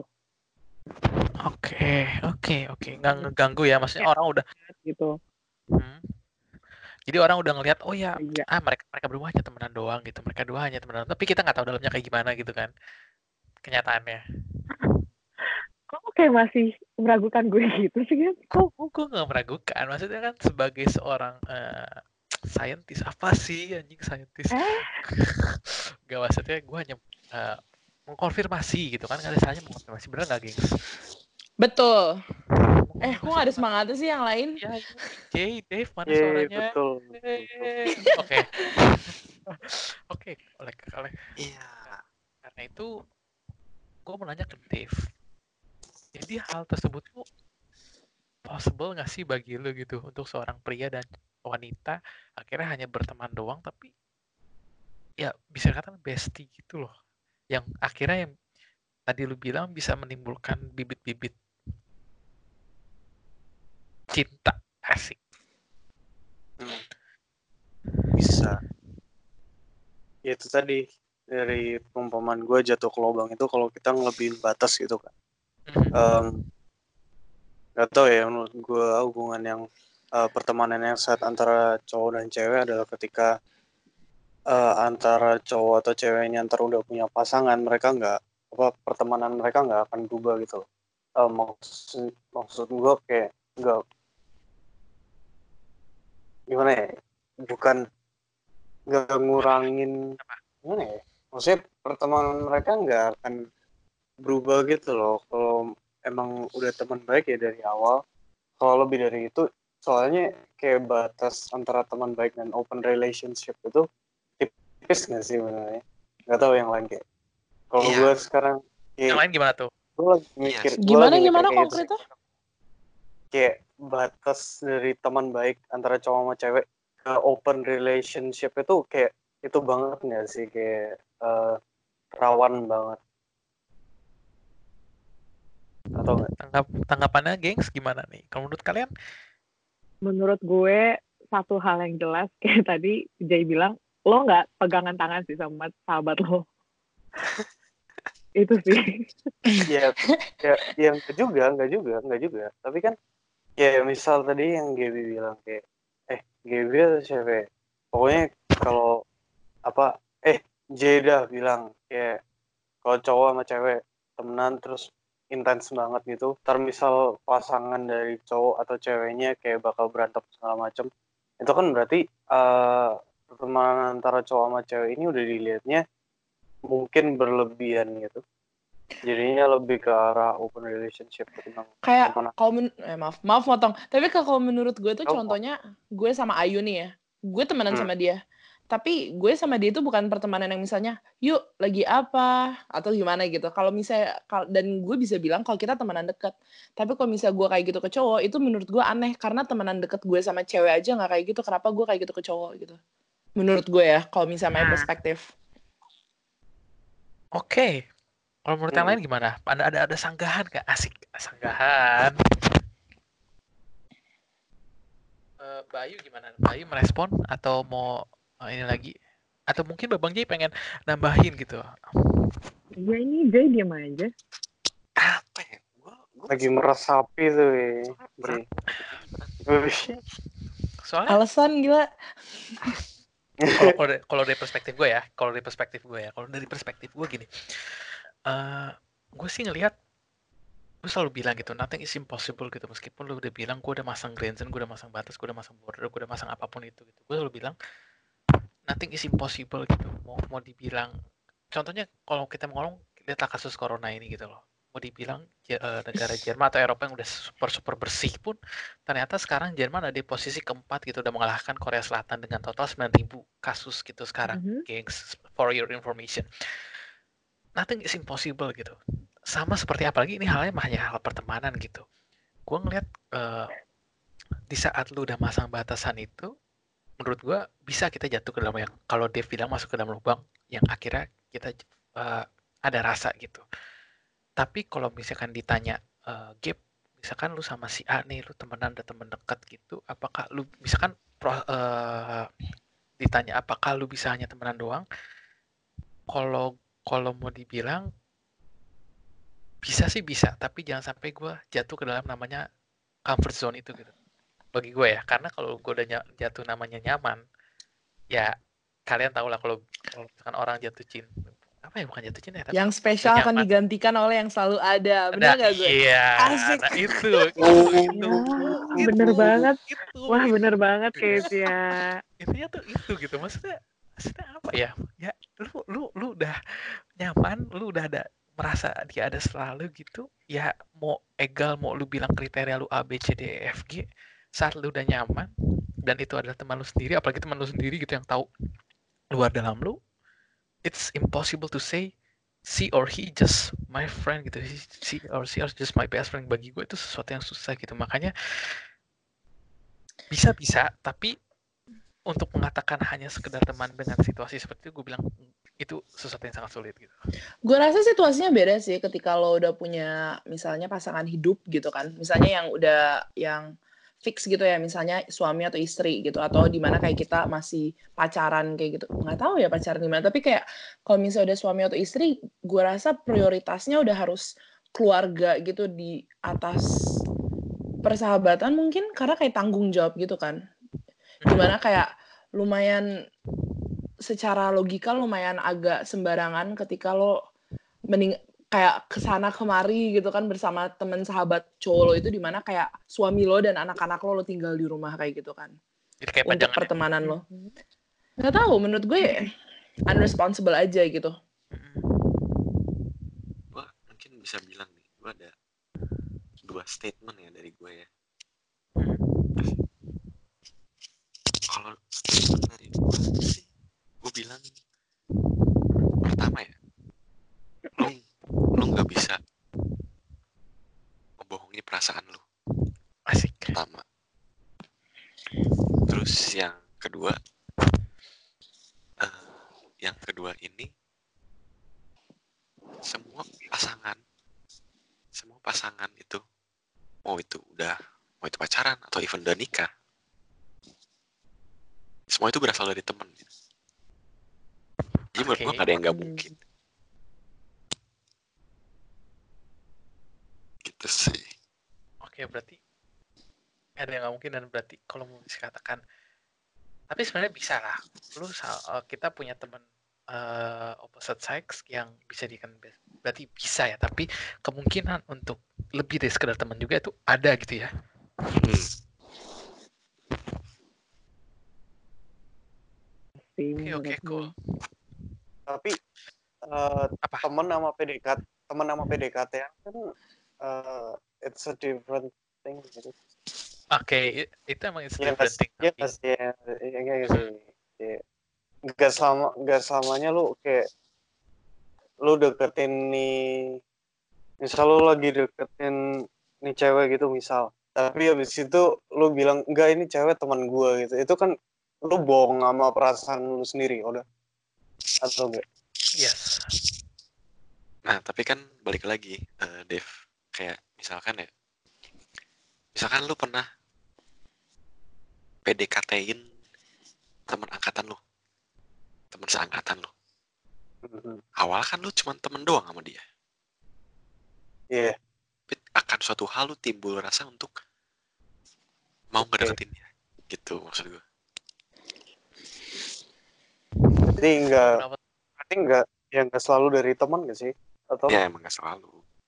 Speaker 1: Oke. Nggak ngeganggu ya. Maksudnya orang udah
Speaker 4: Gitu.
Speaker 1: Jadi orang udah ngelihat, oh ya,
Speaker 4: Iya.
Speaker 1: mereka berdua hanya temenan doang gitu. Mereka dua hanya temenan. Tapi kita nggak tahu dalamnya kayak gimana gitu kan. Kenyataannya.
Speaker 4: Kamu kayak masih meragukan gue gitu sih kan?
Speaker 1: Gue nggak meragukan. Maksudnya kan sebagai seorang scientist apa sih anjing scientist? Gak, maksudnya gue hanya mengkonfirmasi gitu kan. Nggak ada salahnya mengkonfirmasi. Bener nggak, gengs?
Speaker 2: Betul. Kok gak ada semangatnya sih yang lain?
Speaker 1: Ya, Dave, mana
Speaker 3: Yeay,
Speaker 1: suaranya?
Speaker 3: betul.
Speaker 1: Oke, oleh
Speaker 5: Iya.
Speaker 1: karena itu gue mau nanya ke Dave. Jadi hal tersebut tuh possible nggak sih bagi lo gitu untuk seorang pria dan wanita akhirnya hanya berteman doang tapi ya bisa dikatakan bestie gitu loh, yang akhirnya yang tadi lu bilang bisa menimbulkan bibit-bibit cinta asik.
Speaker 3: Bisa. Ya itu tadi dari perumpamaan gue jatuh ke lubang itu kalau kita ngelebihin batas gitu kan. Gak tau ya, menurut gue hubungan yang pertemanan yang sehat antara cowok dan cewek adalah ketika antara cowok atau ceweknya antar udah punya pasangan, mereka pertemanan mereka nggak akan berubah gitu. Maksud gue kayak nggak, gimana ya, bukan nggak ngurangin, gimana ya, maksudnya pertemanan mereka nggak akan berubah gitu loh kalau emang udah teman baik ya dari awal. Kalau lebih dari itu, soalnya kayak batas antara teman baik dan open relationship itu tipis nggak sih sebenarnya? Nggak tahu yang lain kayak. Kalau gue sekarang
Speaker 1: Yang lain gimana tuh?
Speaker 3: gue lagi mikir,
Speaker 2: Gimana
Speaker 3: kayak
Speaker 2: konkretnya?
Speaker 3: Kayak batas dari teman baik antara cowok sama cewek ke open relationship itu kayak itu banget nggak sih, kayak rawan banget atau nggak?
Speaker 1: Tanggapannya gengs gimana nih kalau menurut kalian?
Speaker 4: Menurut gue satu hal yang jelas kayak tadi Jay bilang, lo nggak pegangan tangan sih sama sahabat lo. Itu sih.
Speaker 3: ya enggak juga. Tapi kan ya misal tadi yang Gaby bilang kayak Gaby atau cewek, pokoknya kalau apa Jeda bilang kayak kalau cowok sama cewek temenan terus intens banget gitu, ntar misal pasangan dari cowok atau ceweknya kayak bakal berantem segala macem, itu kan berarti pertemanan antara cowok sama cewek ini udah dilihatnya mungkin berlebihan gitu, jadinya lebih ke arah open relationship ketimbang
Speaker 2: Kayak
Speaker 3: temenan.
Speaker 2: kalau maaf motong, tapi kalau menurut gue tuh contohnya gue sama Ayu nih ya, gue temenan sama dia, tapi gue sama dia itu bukan pertemanan yang misalnya yuk lagi apa atau gimana gitu. Kalau misalnya dan gue bisa bilang kalau kita temenan dekat, tapi kalau misalnya gue kayak gitu ke cowok itu menurut gue aneh karena temenan dekat gue sama cewek aja nggak kayak gitu, kenapa gue kayak gitu ke cowok gitu? Menurut gue ya, kalau misalnya my perspektif.
Speaker 1: Oke. Kalau menurut yang lain gimana? Ada sanggahan nggak? Asik, sanggahan. Bayu gimana? Bayu merespon atau mau ini lagi? Atau mungkin Babang Jay pengen nambahin gitu?
Speaker 4: Ya ini Jay diam aja.
Speaker 5: Apa ya?
Speaker 3: Lagi meresapi tuh ya.
Speaker 1: Soalnya
Speaker 2: alasan gila.
Speaker 1: Kalau dari perspektif gue ya, kalau dari perspektif gue gini, gue sih ngelihat, gue selalu bilang gitu, nothing is impossible gitu, meskipun lu udah bilang gue udah masang grand zone, gue udah masang batas, gue udah masang border, gue udah masang apapun itu gitu, gue selalu bilang nothing is impossible gitu. Mau dibilang, contohnya kalau kita ngomong, lihatlah kasus corona ini gitu loh. Mau dibilang negara Jerman atau Eropa yang udah super bersih pun, ternyata sekarang Jerman ada di posisi keempat gitu, udah mengalahkan Korea Selatan dengan total 9.000 kasus gitu sekarang, gengs, for your information. Nothing is impossible gitu. Sama seperti apalagi ini halnya hanya hal pertemanan gitu. Gue ngeliat di saat lu udah masang batasan itu, menurut gue bisa kita jatuh ke dalam yang kalau Dave bilang masuk ke dalam lubang yang akhirnya kita ada rasa gitu. Tapi kalau misalkan ditanya gap, misalkan lu sama si A nih, lu temenan, udah temen dekat gitu, apakah lu misalkan ditanya apakah lu bisa hanya temenan doang? Kalau mau dibilang bisa sih bisa, tapi jangan sampai gue jatuh ke dalam namanya comfort zone itu gitu. Bagi gue ya, karena kalau gue udah jatuh namanya nyaman, ya kalian tahu lah kalau misalkan orang jatuh cinta, apa ya, bukan jatuh cinta ya, tapi
Speaker 2: Yang
Speaker 1: udah
Speaker 2: spesial akan
Speaker 1: nyaman.
Speaker 2: digantikan oleh yang selalu ada.
Speaker 1: Nah,
Speaker 2: Bener gak gue?
Speaker 1: iya,
Speaker 2: Asik.
Speaker 1: nah itu,
Speaker 4: Bener banget.
Speaker 1: itu,
Speaker 4: Wah, bener banget
Speaker 1: itu,
Speaker 4: ya.
Speaker 1: intinya tuh itu gitu, maksudnya apa ya, ya lu udah nyaman, lu udah ada merasa dia ada selalu gitu, ya mau egal mau lu bilang kriteria lu A B C D E F G, saat lu udah nyaman dan itu adalah teman lu sendiri, apalagi teman lu sendiri gitu yang tahu luar dalam lu, it's impossible to say she or he just my friend gitu, she or she are just my best friend. Bagi gue itu sesuatu yang susah gitu, makanya bisa tapi untuk mengatakan hanya sekedar teman dengan situasi seperti itu, gue bilang itu sesuatu yang sangat sulit gitu.
Speaker 2: Gue rasa situasinya beda sih ketika lo udah punya misalnya pasangan hidup gitu kan. Misalnya yang fix gitu ya, misalnya suami atau istri gitu, atau dimana kayak kita masih pacaran kayak gitu. Nggak tahu ya pacaran gimana, tapi kayak kalau misalnya udah suami atau istri, gue rasa prioritasnya udah harus keluarga gitu di atas persahabatan mungkin, karena kayak tanggung jawab gitu kan. Dimana kayak lumayan secara logika lumayan agak sembarangan ketika lo kayak kesana kemari gitu kan bersama temen sahabat cowok lo itu, dimana kayak suami lo dan anak-anak lo tinggal di rumah kayak gitu kan.
Speaker 1: Jadi kayak
Speaker 2: Untuk
Speaker 1: pajangan
Speaker 2: pertemanan lo. Nggak tahu, menurut gue unresponsible aja gitu.
Speaker 5: Gue mungkin bisa bilang nih, gue ada 2 statement ya dari gue ya. Kalau statement dari gue sih, gue bilang pertama ya, lu nggak bisa membohongi perasaan lu.
Speaker 1: asik.
Speaker 5: Pertama. Terus yang kedua ini, semua pasangan itu mau itu pacaran atau even udah nikah, semua itu berasal dari temen gitu. Jadi menurut gue gak ada yang gak mungkin gitu sih.
Speaker 1: Oke, berarti ada yang nggak mungkin, dan berarti kalau mau dikatakan, tapi sebenarnya bisa lah. Kita punya teman opposite sex yang bisa dikan, berarti bisa ya. Tapi kemungkinan untuk lebih dari sekedar teman juga itu ada gitu ya. Oke, cool.
Speaker 3: Tapi
Speaker 1: Apa?
Speaker 3: teman sama PDKT kan it's a different thing gitu.
Speaker 1: Oke, itu emang it's
Speaker 3: Iya
Speaker 1: different thing.
Speaker 3: iya pasti ya sih. Gak selamanya lu kayak lu deketin nih, misal lu lagi deketin nih cewek gitu misal, tapi habis itu lu bilang enggak ini cewek teman gue gitu, itu kan lu bohong sama perasaan lu sendiri udah, atau enggak?
Speaker 1: Yes.
Speaker 5: Nah tapi kan balik lagi Dev, kayak misalkan lu pernah PDKT-in teman angkatan lu, teman seangkatan lu. Awal kan lu cuma temen doang sama dia.
Speaker 3: Iya.
Speaker 5: Tapi akan suatu hal lu timbul rasa untuk mau ngedeketin dia. Gitu maksud gue.
Speaker 3: Berarti enggak
Speaker 1: Beberapa
Speaker 3: yang enggak selalu dari teman nggak sih? Atau
Speaker 5: Ya emang gak selalu.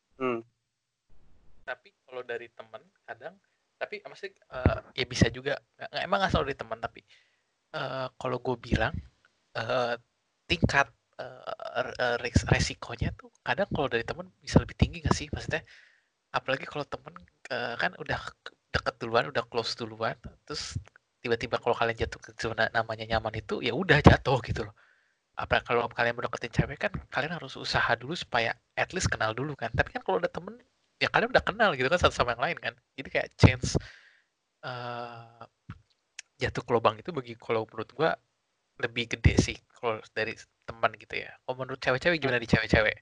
Speaker 1: tapi kalau dari teman kadang tapi maksudnya ya bisa juga emang nggak selalu dari teman tapi kalau gue bilang tingkat resikonya tuh kadang kalau dari teman bisa lebih tinggi nggak sih maksudnya apalagi kalau temen kan udah deket duluan udah close duluan terus tiba-tiba kalau kalian jatuh ke zona namanya nyaman itu ya udah jatuh gitu loh apa kalau kalian mau deketin cewek kan kalian harus usaha dulu supaya at least kenal dulu kan tapi kan kalau udah temen ya kalian udah kenal gitu kan satu sama yang lain kan jadi kayak chance jatuh ke lubang itu bagi kalau menurut gua lebih gede sih kalau dari teman gitu ya kalau menurut cewek-cewek gimana di cewek-cewek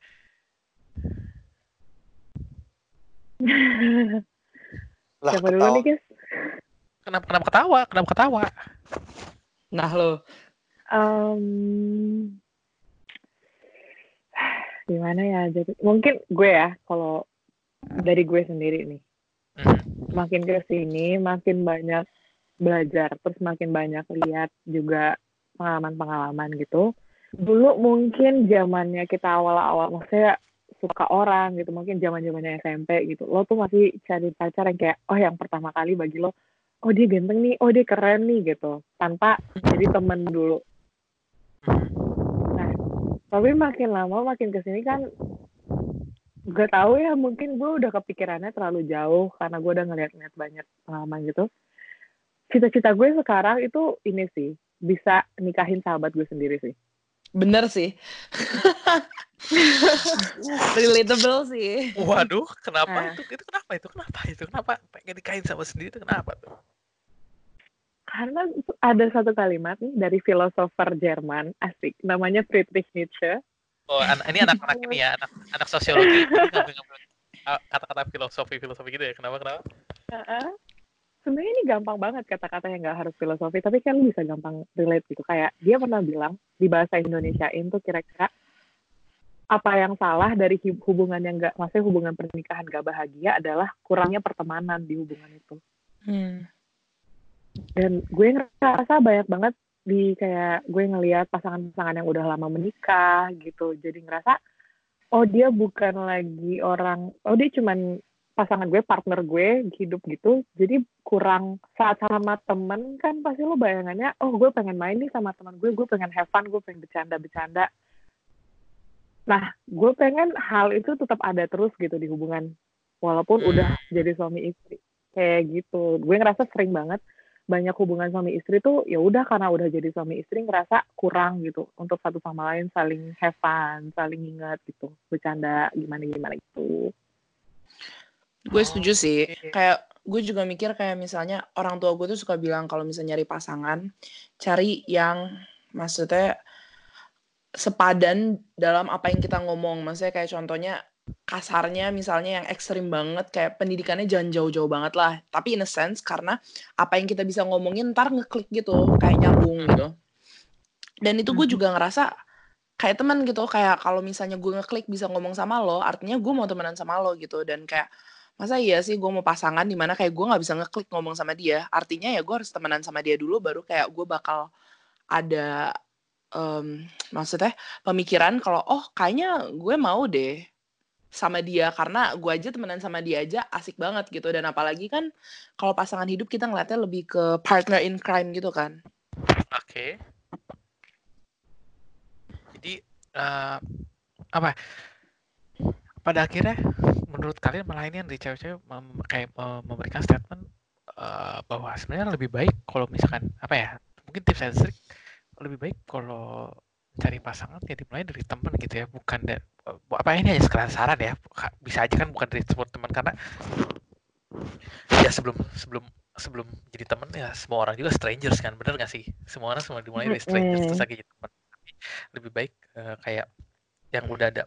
Speaker 3: lah
Speaker 4: Siapa dulu nih, guys?
Speaker 1: kenapa ketawa
Speaker 2: Nah lo,
Speaker 4: Gimana ya? Jadi mungkin gue ya, kalau dari gue sendiri nih, makin ke sini makin banyak belajar, terus makin banyak lihat juga pengalaman-pengalaman gitu. Dulu mungkin zamannya kita awal-awal, maksudnya suka orang gitu, mungkin zaman-zamannya SMP gitu. Lo tuh masih cari pacar yang kayak, oh yang pertama kali bagi lo, oh dia ganteng nih, oh dia keren nih gitu, tanpa jadi temen dulu. Nah, tapi makin lama makin kesini kan, gak tahu ya mungkin gue udah kepikirannya terlalu jauh karena gue udah ngeliat-ngeliat banyak pengalaman gitu. Cita-cita gue sekarang itu ini sih, bisa nikahin sahabat gue sendiri sih.
Speaker 2: bener sih. Relatable sih.
Speaker 1: waduh kenapa
Speaker 4: Nah,
Speaker 1: itu kenapa pengen nikahin sama sendiri itu kenapa tuh
Speaker 4: karena ada satu kalimat nih dari filosofer Jerman, asik, namanya Friedrich Nietzsche.
Speaker 1: oh ini anak-anak ini ya anak sosiologi jadi ngambil kata-kata filosofi gitu ya kenapa
Speaker 4: Sebenarnya ini gampang banget kata-kata yang nggak harus filosofi, tapi kan lu bisa gampang relate gitu. Kayak dia pernah bilang di bahasa Indonesiain tuh kira-kira apa yang salah dari hubungan yang nggak, maksudnya hubungan pernikahan gak bahagia adalah kurangnya pertemanan di hubungan itu. Dan gue ngerasa banyak banget di kayak gue ngelihat pasangan-pasangan yang udah lama menikah gitu. Jadi ngerasa, oh dia bukan lagi orang, oh dia cuman pasangan gue, partner gue hidup gitu. Jadi kurang saat sama temen kan pasti lo bayangannya, oh gue pengen main nih sama teman gue pengen have fun, gue pengen bercanda-bercanda. Nah, gue pengen hal itu tetap ada terus gitu di hubungan. Walaupun udah jadi suami istri. Kayak gitu. Gue ngerasa sering banget banyak hubungan suami istri tuh ya udah karena udah jadi suami istri ngerasa kurang gitu untuk satu sama lain saling have fun, saling ingat gitu, bercanda gimana gitu.
Speaker 2: Gue setuju sih. Kayak gue juga mikir kayak misalnya orang tua gue tuh suka bilang kalau misalnya nyari pasangan, cari yang maksudnya sepadan dalam apa yang kita ngomong. Maksudnya kayak contohnya kasarnya misalnya yang ekstrim banget kayak pendidikannya jangan jauh-jauh banget lah. Tapi in a sense karena apa yang kita bisa ngomongin ntar ngeklik gitu, kayak nyambung gitu. Dan itu gue juga ngerasa kayak teman gitu, kayak kalau misalnya gue ngeklik bisa ngomong sama lo, artinya gue mau temenan sama lo gitu. Dan kayak masa iya sih gue mau pasangan dimana kayak gue nggak bisa ngeklik ngomong sama dia, artinya ya gue harus temenan sama dia dulu baru kayak gue bakal ada maksudnya pemikiran kalau oh kayaknya gue mau deh sama dia karena gue aja temenan sama dia aja asik banget gitu. Dan apalagi kan kalau pasangan hidup kita ngeliatnya lebih ke partner in crime gitu kan.
Speaker 1: Oke. Jadi apa pada akhirnya menurut kalian malah ini yang dari cewek-cewek kayak memberikan statement bahwa sebenarnya lebih baik kalau misalkan apa ya mungkin tips and trick lebih baik kalau cari pasangan ya dimulai dari teman gitu ya bukan apa ini hanya sekedar saran ya bisa aja kan bukan dari teman karena ya sebelum jadi teman ya semua orang juga strangers kan bener nggak sih semua orang dimulai dari strangers terus lagi jadi teman lebih baik kayak yang udah ada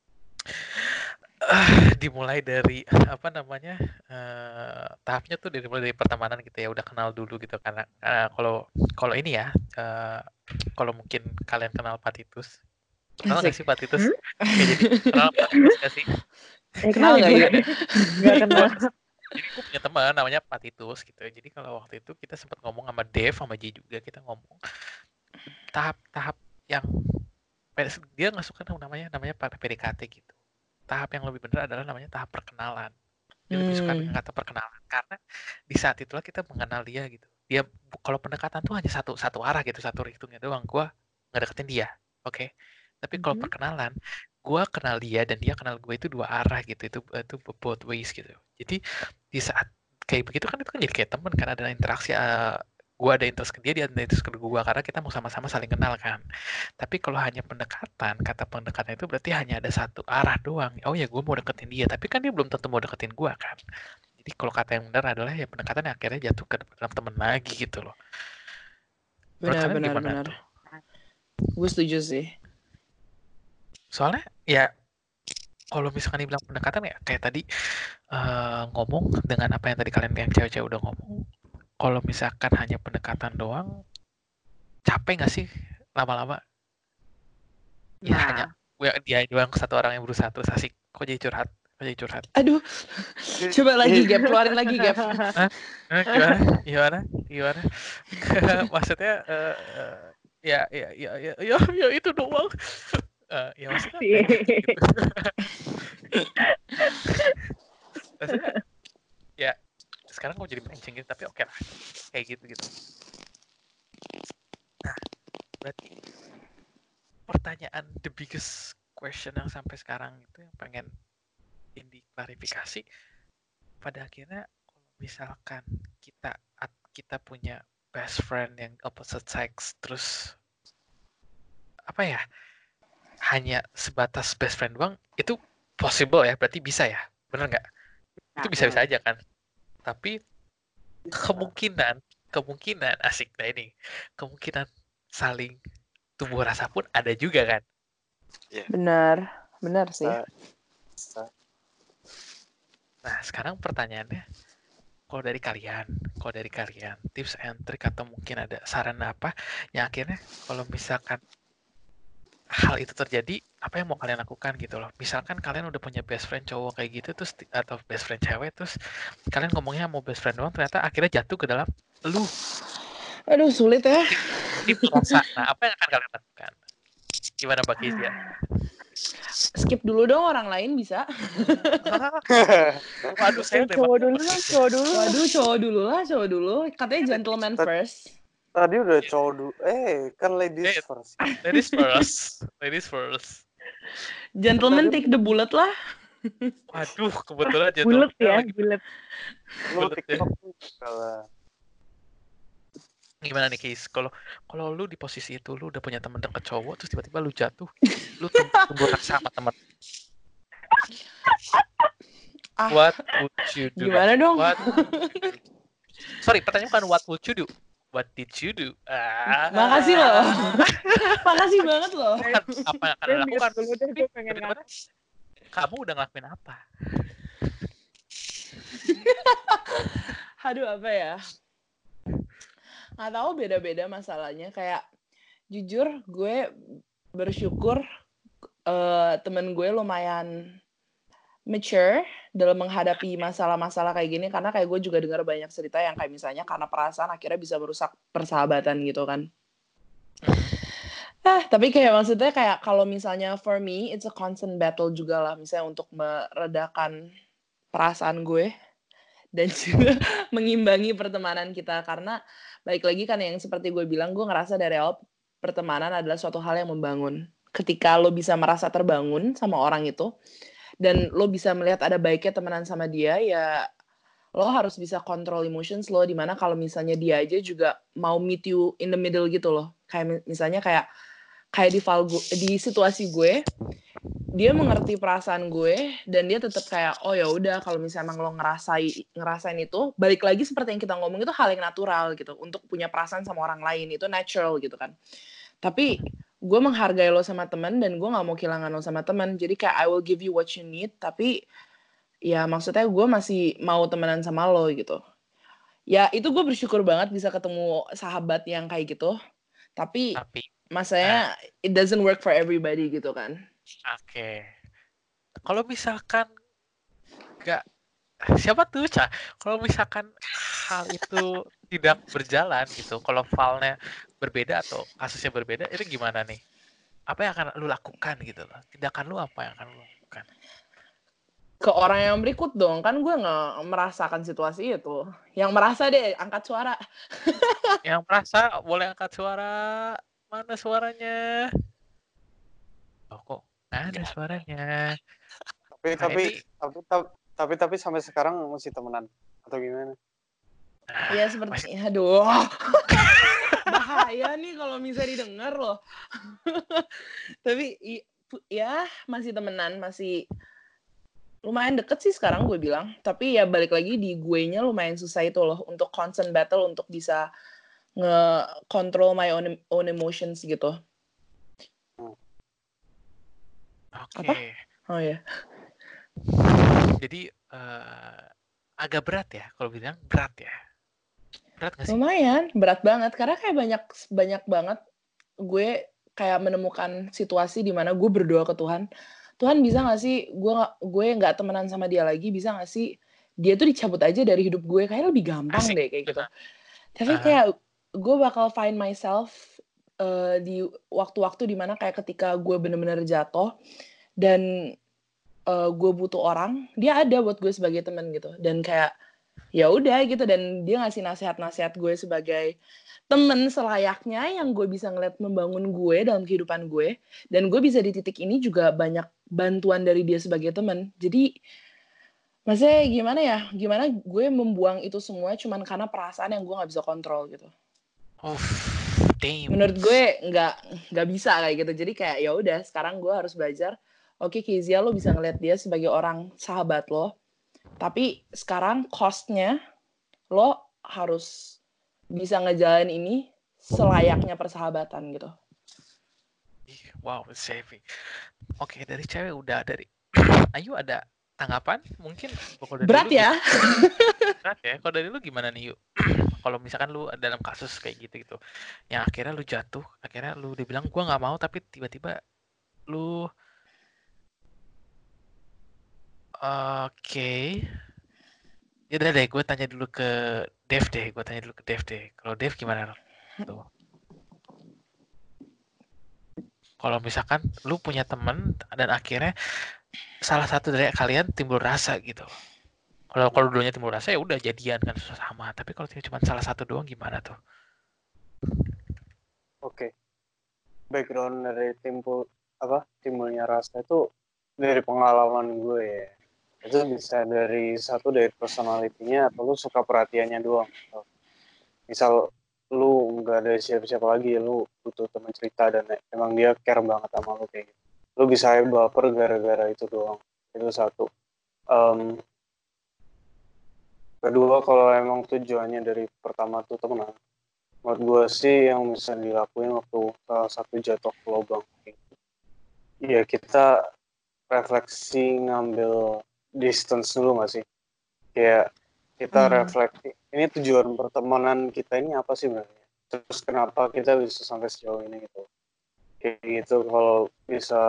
Speaker 1: dimulai dari apa namanya tahapnya tuh dimulai dari pertemanan gitu ya udah kenal dulu gitu karena kalau ini ya kalau mungkin kalian kenal Patitus kenal nggak sih Patitus jadi kenal Patitus nggak sih
Speaker 2: kenal nggak ya
Speaker 4: nggak kenal.
Speaker 1: Jadi gue punya teman namanya Patitus gitu ya jadi kalau waktu itu kita sempat ngomong sama Dev sama J juga kita ngomong tahap yang dia nggak suka namanya PDKT gitu. Tahap yang lebih benar adalah namanya tahap perkenalan. Dia lebih suka dengan kata perkenalan karena di saat itulah kita mengenal dia gitu. Dia kalau pendekatan tuh hanya satu arah gitu, satu hitungnya doang. Gua ngedeketin dia, oke. Tapi kalau perkenalan, gua kenal dia dan dia kenal gue itu dua arah gitu. Itu both ways gitu. Jadi di saat kayak begitu kan itu kan jadi kayak temen kan ada interaksi. Gue ada interest ke dia ada interest ke gue karena kita mau sama-sama saling kenal kan. Tapi kalau hanya pendekatan, kata pendekatan itu berarti hanya ada satu arah doang. Oh ya gue mau deketin dia, tapi kan dia belum tentu mau deketin gue kan. Jadi kalau kata yang benar adalah ya pendekatan yang akhirnya jatuh ke dalam temen lagi gitu loh.
Speaker 2: Benar. Gue setuju sih.
Speaker 1: Soalnya ya kalau misalkan dibilang pendekatan ya kayak tadi ngomong dengan apa yang tadi kalian yang cewek-cewek udah ngomong. Kalau misalkan hanya pendekatan doang, capek nggak sih lama-lama? Ya hanya dia doang satu orang yang berusaha terus asik. Kok jadi curhat?
Speaker 2: Aduh, coba lagi Gap, keluarin lagi Gap.
Speaker 1: Gimana? Maksudnya ya itu doang. Ya maksudnya gitu. Maksudnya ya sekarang kok jadi melenceng gitu, tapi oke lah kayak gitu. Nah, berarti pertanyaan the biggest question yang sampai sekarang itu yang pengen diklarifikasi pada akhirnya kalau misalkan kita punya best friend yang opposite sex terus apa ya hanya sebatas best friend doang itu possible ya berarti bisa ya bener nggak itu bisa aja kan tapi kemungkinan asik nah ini kemungkinan saling tumbuh rasa pun ada juga kan.
Speaker 2: Benar sih.
Speaker 1: Nah sekarang pertanyaannya kalau dari kalian tips and trick atau mungkin ada saran apa yang akhirnya kalau misalkan hal itu terjadi apa yang mau kalian lakukan gitu loh misalkan kalian udah punya best friend cowok kayak gitu terus atau best friend cewek terus kalian ngomongnya mau best friend doang ternyata akhirnya jatuh ke dalam lu.
Speaker 2: Aduh sulit ya.
Speaker 1: Tip rasa. Nah apa yang akan kalian lakukan gimana Mbak Kezia?
Speaker 2: Skip dulu dong orang lain bisa.
Speaker 1: Waduh saya
Speaker 4: cowok dulu.
Speaker 2: Waduh cowok dulu. Katanya gentleman first.
Speaker 3: Tadi udah cowok dulu. Kan ladies first.
Speaker 1: Ladies first.
Speaker 2: Gentleman take the bullet lah.
Speaker 1: Waduh, kebetulan aja
Speaker 4: bulet ya,
Speaker 1: bulet ya.
Speaker 3: Kalau
Speaker 1: Gimana nih Kis? Kalau lu di posisi itu lu udah punya teman deket cowok terus tiba-tiba lu jatuh, lu tumbuh rasa sama teman. What would you do?
Speaker 2: Gimana dong?
Speaker 1: Sorry, pertanyaan bukan what would you do? What did you do?
Speaker 2: Makasih loh. Makasih banget loh.
Speaker 1: Apa yang akan dilakukan? Kamu udah ngelakuin apa?
Speaker 2: Aduh apa ya? Nggak tahu beda-beda masalahnya. Kayak jujur gue bersyukur temen gue lumayan mature dalam menghadapi masalah-masalah kayak gini karena kayak gue juga dengar banyak cerita yang kayak misalnya karena perasaan akhirnya bisa merusak persahabatan gitu kan. Tapi kayak maksudnya kayak kalau misalnya for me it's a constant battle juga lah misalnya untuk meredakan perasaan gue dan juga mengimbangi pertemanan kita karena balik lagi kan yang seperti gue bilang gue ngerasa dari awal pertemanan adalah suatu hal yang membangun. Ketika lo bisa merasa terbangun sama orang itu dan lo bisa melihat ada baiknya temenan sama dia ya lo harus bisa kontrol emotions lo dimana kalau misalnya dia aja juga mau meet you in the middle gitu loh kayak misalnya kayak di situasi gue dia mengerti perasaan gue dan dia tetap kayak oh ya udah kalau misalnya emang lo ngerasain itu balik lagi seperti yang kita ngomong itu hal yang natural gitu untuk punya perasaan sama orang lain itu natural gitu kan tapi gue menghargai lo sama teman dan gue nggak mau kehilangan lo sama teman jadi kayak I will give you what you need tapi ya maksudnya gue masih mau temenan sama lo gitu ya itu gue bersyukur banget bisa ketemu sahabat yang kayak gitu tapi masanya it doesn't work for everybody gitu kan.
Speaker 1: Oke. Kalau misalkan nggak siapa tuh Ca? Kalau misalkan hal itu tidak berjalan gitu, kalau filenya berbeda atau kasusnya berbeda, itu gimana nih? apa yang akan lu lakukan gitu loh. Tindakan lu apa yang akan lu lakukan?
Speaker 2: Ke orang yang berikut dong, kan gue nggak merasakan situasi itu. Yang merasa deh, angkat suara.
Speaker 1: Yang merasa boleh angkat suara. Mana suaranya? Oh, kok nggak ada suaranya?
Speaker 3: Tapi
Speaker 1: Nah,
Speaker 3: tapi
Speaker 1: ini
Speaker 3: tapi sampai sekarang masih temenan atau gimana?
Speaker 2: Ya
Speaker 1: masih
Speaker 2: seperti, aduh, bahaya nih kalau misalnya didengar loh. Tapi ya masih temenan, masih lumayan deket sih sekarang gue bilang. Tapi ya balik lagi di gue-nya lumayan susah itu loh untuk constant battle untuk bisa nge-control my own emotions gitu.
Speaker 1: oke.
Speaker 2: Apa? Oh ya.
Speaker 1: Jadi agak berat ya kalau bilang berat ya. Berat nggak sih?
Speaker 2: Lumayan, berat banget karena kayak banyak banget gue kayak menemukan situasi di mana gue berdoa ke Tuhan. Tuhan bisa gak sih gue nggak temenan sama dia lagi, bisa gak sih dia tuh dicabut aja dari hidup gue, kayak lebih gampang
Speaker 1: Asik.
Speaker 2: deh kayak gitu. Tapi kayak gue bakal find myself di waktu-waktu dimana kayak ketika gue bener-bener jatuh dan gue butuh orang, dia ada buat gue sebagai teman gitu. Dan kayak ya udah gitu, dan dia ngasih nasihat-nasihat gue sebagai temen selayaknya yang gue bisa ngeliat membangun gue dalam kehidupan gue, dan gue bisa di titik ini juga banyak bantuan dari dia sebagai temen. Jadi maksudnya gimana gue membuang itu semua cuman karena perasaan yang gue nggak bisa kontrol gitu.
Speaker 1: Damn.
Speaker 2: Menurut gue nggak bisa kayak gitu. Jadi kayak ya udah, sekarang gue harus belajar. Oke, Kezia, lo bisa ngeliat dia sebagai orang sahabat lo, tapi sekarang cost-nya lo harus bisa ngejalanin ini selayaknya persahabatan gitu.
Speaker 1: Wow, saving. Oke, dari cewek udah, dari Ayu ada tanggapan? Mungkin kalau dari
Speaker 2: Berat
Speaker 1: lu
Speaker 2: ya?
Speaker 1: berat ya. Kalau dari lu gimana nih, Yuk? Kalau misalkan lu dalam kasus kayak gitu, yang akhirnya lu jatuh, akhirnya lu dibilang gua nggak mau, tapi tiba-tiba lu oke. Ya udah deh, gue tanya dulu ke Dev deh. Kalau Dev gimana tuh? Kalau misalkan lu punya temen dan akhirnya salah satu dari kalian timbul rasa gitu. Kalau dulunya timbul rasa ya udah jadian kan sama. Tapi kalau cuma salah satu doang gimana tuh?
Speaker 3: Oke. Background dari timbulnya rasa itu dari pengalaman gue ya. Itu bisa dari personalitinya atau lu suka perhatiannya doang. Misal lu nggak ada siapa-siapa lagi, lu butuh teman cerita dan emang dia care banget sama lu kayak gitu. Lu bisa baper gara-gara itu doang. Itu satu. Kedua, kalau emang tujuannya dari pertama tuh temenan, menurut gue sih yang bisa dilakuin waktu salah satu jatuh ke lubang, ya kita refleksi, ngambil distance dulu nggak sih? Kayak kita refleksi, ini tujuan pertemanan kita ini apa sih sebenarnya? Terus kenapa kita bisa sampai sejauh ini gitu? Kayak gitu. Kalau bisa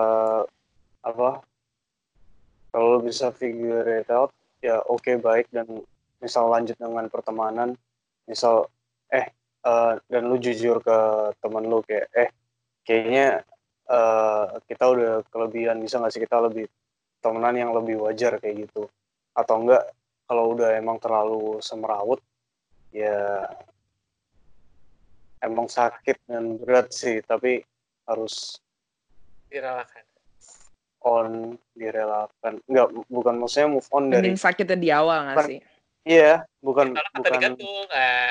Speaker 3: kalau bisa figure it out, ya oke, baik, dan misal lanjut dengan pertemanan, misal dan lu jujur ke temen lu kayak kayaknya kita udah kelebihan, bisa nggak sih kita lebih temenan yang lebih wajar kayak gitu, atau enggak kalau udah emang terlalu semrawut ya emang sakit dan berat sih, tapi harus
Speaker 1: Direlakan.
Speaker 3: direlakan, enggak, bukan maksudnya move on dari
Speaker 2: Mending sakitnya di awal nggak sih?
Speaker 3: iya, bukan
Speaker 1: Tergantung.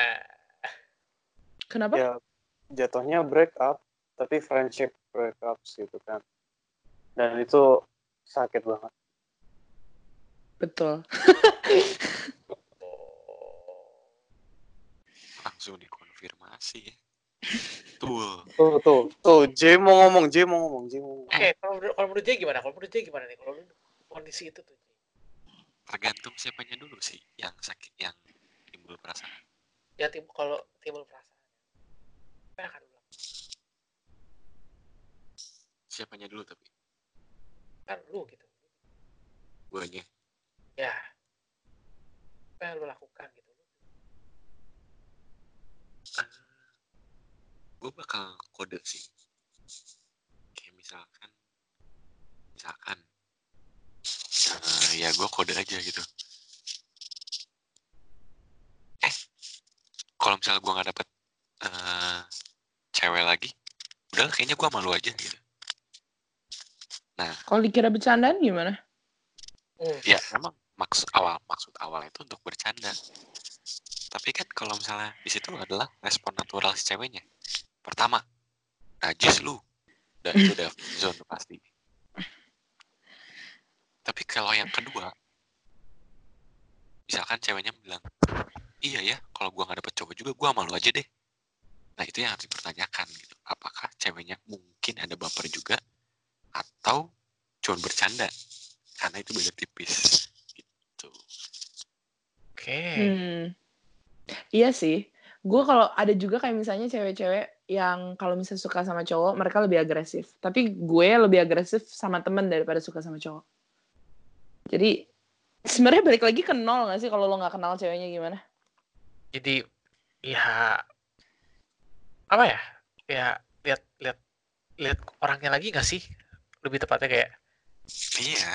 Speaker 2: Kenapa?
Speaker 3: ya jatuhnya break up, tapi friendship break up gitu kan, dan itu sakit banget.
Speaker 2: Betul.
Speaker 5: Langsung dikonfirmasi ya.
Speaker 3: Tuh, J mau ngomong.
Speaker 1: Oke, kalau menurut Jay gimana? Nih? Kalau lu kondisi itu tuh.
Speaker 5: Tergantung siapanya dulu sih yang sakit, yang timbul perasaan.
Speaker 1: Ya kalau timbul perasaan, apa yang akan lu lakukan?
Speaker 5: Siapanya dulu tapi
Speaker 1: Kan lu gitu.
Speaker 5: guanya.
Speaker 1: Ya, apa yang lu lakukan gitu?
Speaker 5: Gue bakal kode sih. Kayak misalkan ya gue kode aja gitu. Kalau misalnya gue nggak dapet cewek lagi, udah kayaknya gue malu aja gitu. Nah,
Speaker 2: Kalau dikira bercandaan gimana?
Speaker 5: ya emang maksud awal itu untuk bercanda. Tapi kan kalau misalnya di situ adalah respon natural si ceweknya. Pertama, najis lu. Dan itu udah zone pasti. Tapi kalau yang kedua, misalkan ceweknya bilang, iya ya, kalau gue nggak dapet cowok juga, gue malu aja deh. Nah itu yang harus dipertanyakan gitu. Apakah ceweknya mungkin ada baper juga, atau cuma bercanda? Karena itu beda tipis. Gitu.
Speaker 1: Oke.
Speaker 2: Iya sih. Gue kalau ada juga kayak misalnya cewek-cewek yang kalau misalnya suka sama cowok, mereka lebih agresif. Tapi gue lebih agresif sama temen daripada suka sama cowok. Jadi sebenarnya balik lagi ke nol gak sih kalau lo gak kenal ceweknya gimana?
Speaker 1: Jadi ya apa ya? Ya lihat orangnya lagi nggak sih? Lebih tepatnya kayak.
Speaker 5: Iya.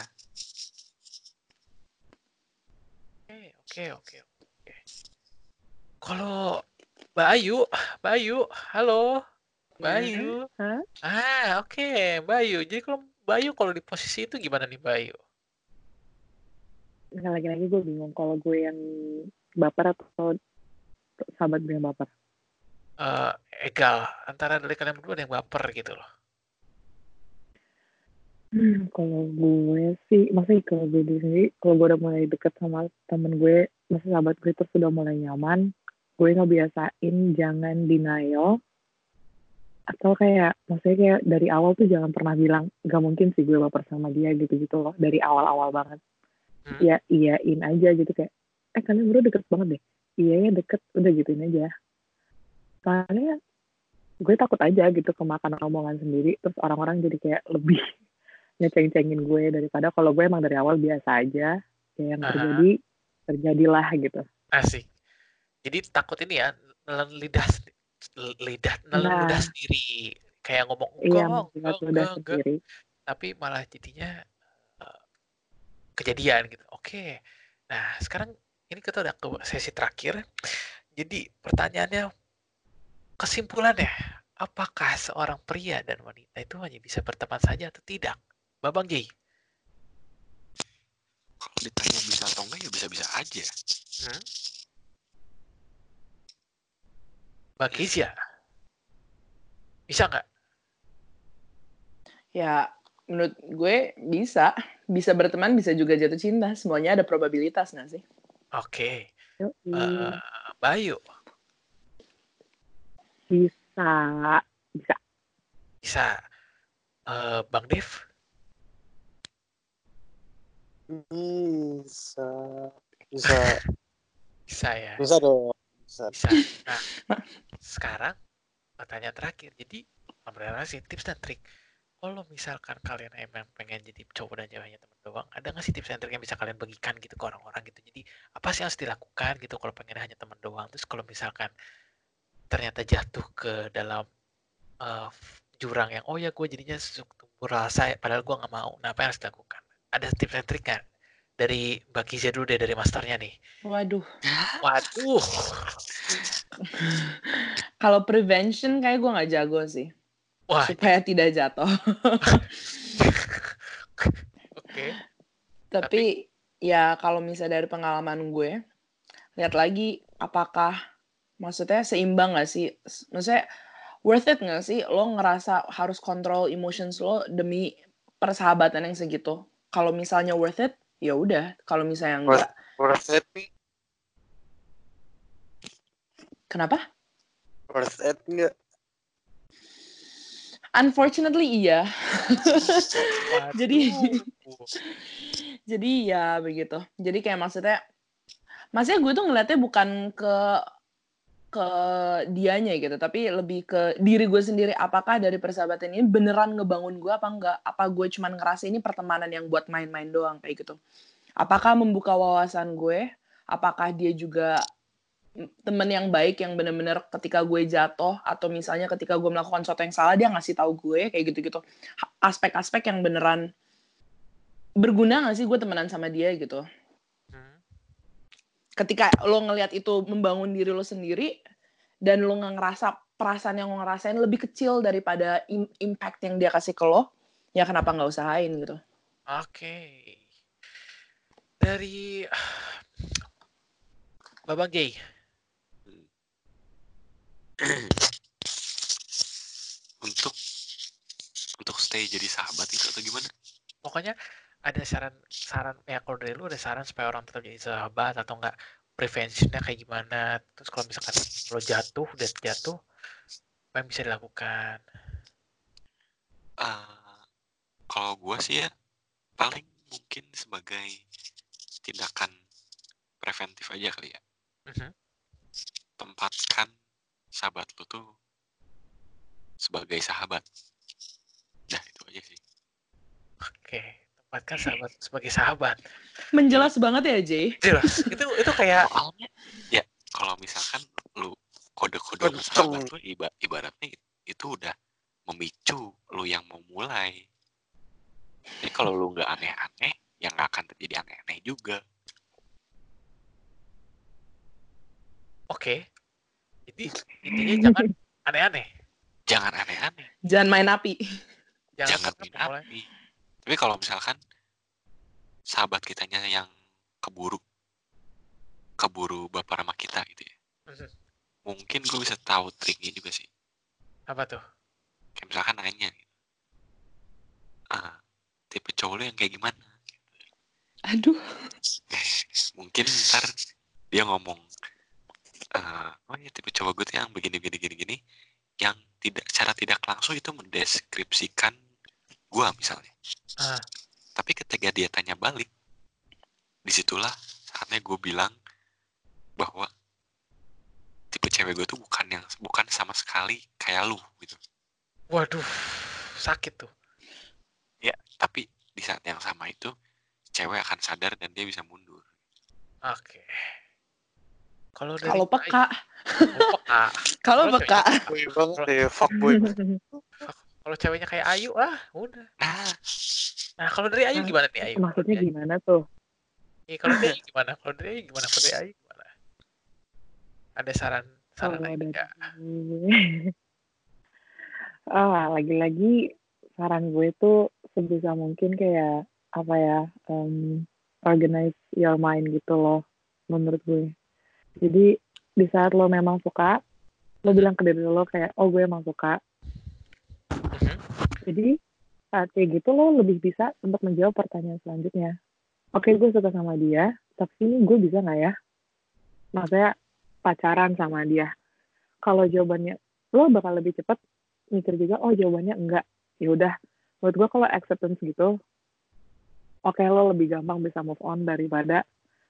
Speaker 1: Oke. Kalau Mbak Ayu, halo, Mbak Ayu.
Speaker 4: Hah?
Speaker 1: Oke, Mbak Ayu. Jadi kalau Mbak Ayu kalau di posisi itu gimana nih Mbak Ayu?
Speaker 4: Nah, lagi-lagi gue bingung kalau gue yang baper atau sahabat gue yang baper.
Speaker 1: Egal antara dari kalian berdua ada yang baper gitu loh.
Speaker 4: Kalau gue sih, maksudnya kalau gue sendiri, kalau gue udah mulai deket sama temen gue, maksudnya sahabat gue terus udah mulai nyaman, gue ngebiasain jangan denial, atau kayak, maksudnya kayak dari awal tuh jangan pernah bilang, gak mungkin sih gue baper sama dia gitu-gitu loh, dari awal-awal banget. Ya iyain aja gitu kayak, kalian berdua deket banget deh. Iya ya deket, udah gituin aja. Soalnya gue takut aja gitu kemakan omongan sendiri, terus orang-orang jadi kayak lebih ngeceng-cengin gue daripada kalau gue emang dari awal biasa aja, kayak yang terjadilah gitu.
Speaker 1: Asik. Jadi takut ini ya, nelen ludah sendiri, kayak ngomong enggak,
Speaker 4: sendiri.
Speaker 1: tapi malah jadinya kejadian gitu. Oke. Nah, sekarang ini kita udah ke sesi terakhir. Jadi pertanyaannya, kesimpulannya, apakah seorang pria dan wanita itu hanya bisa berteman saja atau tidak? Babang J.
Speaker 5: Kalau ditanya bisa atau enggak ya bisa-bisa aja.
Speaker 1: Mbak Kezia, bisa nggak?
Speaker 2: Ya, menurut gue bisa berteman, bisa juga jatuh cinta. Semuanya ada probabilitas nggak sih?
Speaker 1: Oke. Bayu.
Speaker 4: Bisa.
Speaker 1: Bang Dev. Bisa ya.
Speaker 3: Bisa dong. Bisa.
Speaker 1: Nah, sekarang pertanyaan terakhir. Jadi, sih tips dan trik. Kalau misalkan kalian emang pengen jadi cowok dan ceweknya teman doang, ada nggak sih tips dan trik yang bisa kalian bagikan gitu ke orang-orang gitu? Jadi, apa sih yang harus dilakukan gitu kalau pengen hanya teman doang? Terus kalau misalkan ternyata jatuh ke dalam jurang yang, oh ya gue jadinya tumbuh rasa, padahal gue nggak mau. Nah, apa yang harus dilakukan? Ada tips dan trik nggak? Dari Mbak Kizia dulu deh, dari masternya nih.
Speaker 2: Waduh.
Speaker 1: Kalau
Speaker 2: prevention kayak gue nggak jago sih.
Speaker 1: Wah,
Speaker 2: supaya tidak jatuh.
Speaker 1: Oke.
Speaker 2: Tapi ya kalau misalnya dari pengalaman gue, lihat lagi apakah maksudnya seimbang nggak sih? Maksudnya worth it nggak sih lo ngerasa harus kontrol emotions lo demi persahabatan yang segitu? Kalau misalnya worth it, ya udah. Kalau misalnya enggak,
Speaker 3: worth it nih.
Speaker 2: Kenapa?
Speaker 3: Worth it enggak?
Speaker 2: Unfortunately iya. Jadi ya begitu. Jadi kayak maksudnya gue tuh ngeliatnya bukan ke dianya gitu, tapi lebih ke diri gue sendiri. Apakah dari persahabatan ini beneran ngebangun gue apa enggak? Apa gue cuman ngerasa ini pertemanan yang buat main-main doang kayak gitu? Apakah membuka wawasan gue? Apakah dia juga temen yang baik yang benar-benar ketika gue jatuh atau misalnya ketika gue melakukan sesuatu yang salah dia ngasih tahu gue kayak gitu-gitu, aspek-aspek yang beneran berguna nggak sih gue temenan sama dia gitu. Ketika lo ngelihat itu membangun diri lo sendiri dan lo nggak ngerasa perasaan yang lo ngerasain lebih kecil daripada impact yang dia kasih ke lo, ya kenapa nggak usahain gitu.
Speaker 1: Oke. Dari Babang Gay.
Speaker 5: Untuk stay jadi sahabat itu atau gimana?
Speaker 1: Pokoknya ada saran ya, kalau dari lu ada saran supaya orang tetap jadi sahabat atau enggak, preventionnya kayak gimana, terus kalau misalkan lo udah jatuh, apa yang bisa dilakukan?
Speaker 5: Kalau gue sih ya paling mungkin sebagai tindakan preventif aja kali ya. Tempatkan sahabat lu tuh sebagai sahabat. Nah itu aja sih.
Speaker 1: Oke, tempatkan sahabat sebagai sahabat.
Speaker 2: Menjelas banget ya, Jay.
Speaker 1: Jelas. Itu kayak
Speaker 5: soalnya ya kalau misalkan lu kode-kode sahabat lu ibaratnya itu udah memicu lu yang mau mulai. Jadi kalau lu nggak aneh-aneh, ya nggak akan terjadi aneh-aneh juga.
Speaker 1: Oke. Jadi intinya jangan aneh-aneh.
Speaker 5: Jangan aneh-aneh.
Speaker 2: Jangan main api.
Speaker 5: Jangan main api. Tapi kalau misalkan sahabat kitanya yang keburu baper sama kita gitu ya. Mungkin gue bisa tahu triknya juga sih.
Speaker 1: Apa tuh?
Speaker 5: Kayak misalkan nanya gitu. Tipe cowok lu yang kayak gimana?
Speaker 2: Aduh.
Speaker 5: Mungkin ntar dia ngomong oh ya tipe cowok gue tuh yang begini yang secara tidak langsung itu mendeskripsikan gue misalnya. Tapi ketika dia tanya balik, disitulah saatnya gue bilang bahwa tipe cewek gue tuh bukan sama sekali kayak lu gitu.
Speaker 1: Waduh, sakit tuh.
Speaker 5: Ya, tapi di saat yang sama itu cewek akan sadar dan dia bisa mundur.
Speaker 1: Oke. Kalau
Speaker 2: peka. Kalau peka.
Speaker 3: Fuckboy.
Speaker 1: Kalau ceweknya kayak Ayu udah. Nah, kalau dari Ayu gimana nih Ayu?
Speaker 4: Maksudnya gimana tuh?
Speaker 1: Kalau dari Ayu gimana? Kalau dari Ayu gimana? Ada saran aja?
Speaker 4: Lagi-lagi saran gue tuh sebisa mungkin kayak apa ya, organize your mind gitu loh menurut gue. Jadi di saat lo memang suka, lo bilang ke diri lo kayak, oh gue emang suka. Jadi saat kayak gitu lo lebih bisa untuk menjawab pertanyaan selanjutnya. Oke, gue suka sama dia, tapi ini gue bisa nggak ya? Maksudnya pacaran sama dia. Kalau jawabannya lo bakal lebih cepat mikir juga, oh jawabannya enggak. Ya udah, menurut gue kalau acceptance gitu, oke, lo lebih gampang bisa move on daripada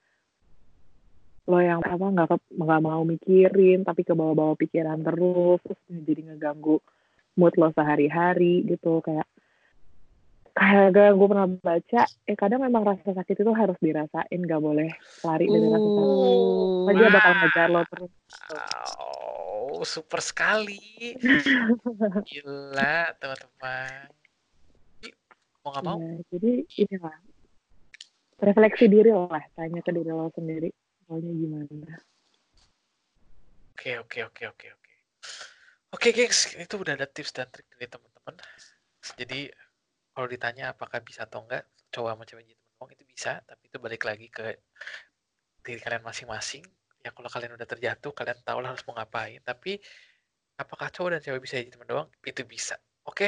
Speaker 4: lo yang nggak mau mikirin tapi ke bawah-bawah pikiran terus jadi ngeganggu mood lo sehari-hari gitu. Kayak gue pernah baca kadang memang rasa sakit itu harus dirasain, gak boleh lari dari rasa sakit. Dia bakal ngejar lo terus.
Speaker 1: Super sekali. Gila teman-teman. Mau nggak mau?
Speaker 4: Jadi inilah refleksi diri lah, tanya ke diri lo sendiri maunya gimana.
Speaker 1: Oke gengs, itu udah ada tips dan trik dari teman-teman. Jadi kalau ditanya apakah bisa atau enggak coba sama cewek jadi teman itu bisa, tapi itu balik lagi ke diri kalian masing-masing. Ya kalau kalian udah terjatuh, kalian tahu lah harus mau ngapain. Tapi apakah cowok dan cewek bisa jadi teman doang? Itu bisa. Oke.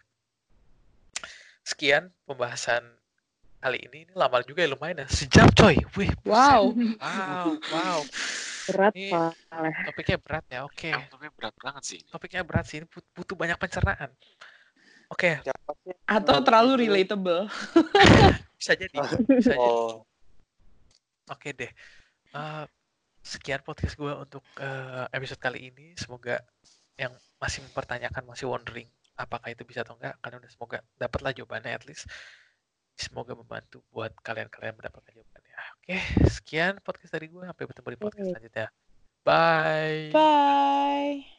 Speaker 1: Sekian pembahasan kali ini lama juga ya, lumayan ya. Sejam coy. Wih.
Speaker 2: Wow.
Speaker 4: Berat
Speaker 1: topiknya berat ya. Oke.
Speaker 5: Topiknya berat banget sih.
Speaker 1: Topiknya berat sih. Ini butuh banyak pencernaan. Oke.
Speaker 2: Atau terlalu relatable.
Speaker 1: Bisa jadi. Oke deh. Sekian podcast gue untuk episode kali ini. Semoga yang masih mempertanyakan, masih wondering apakah itu bisa atau enggak, kalian udah semoga dapatlah jawabannya at least. Semoga membantu buat kalian mendapatkan jawabannya. Oke, sekian podcast dari gue. Sampai bertemu di podcast selanjutnya. Bye.
Speaker 2: Bye.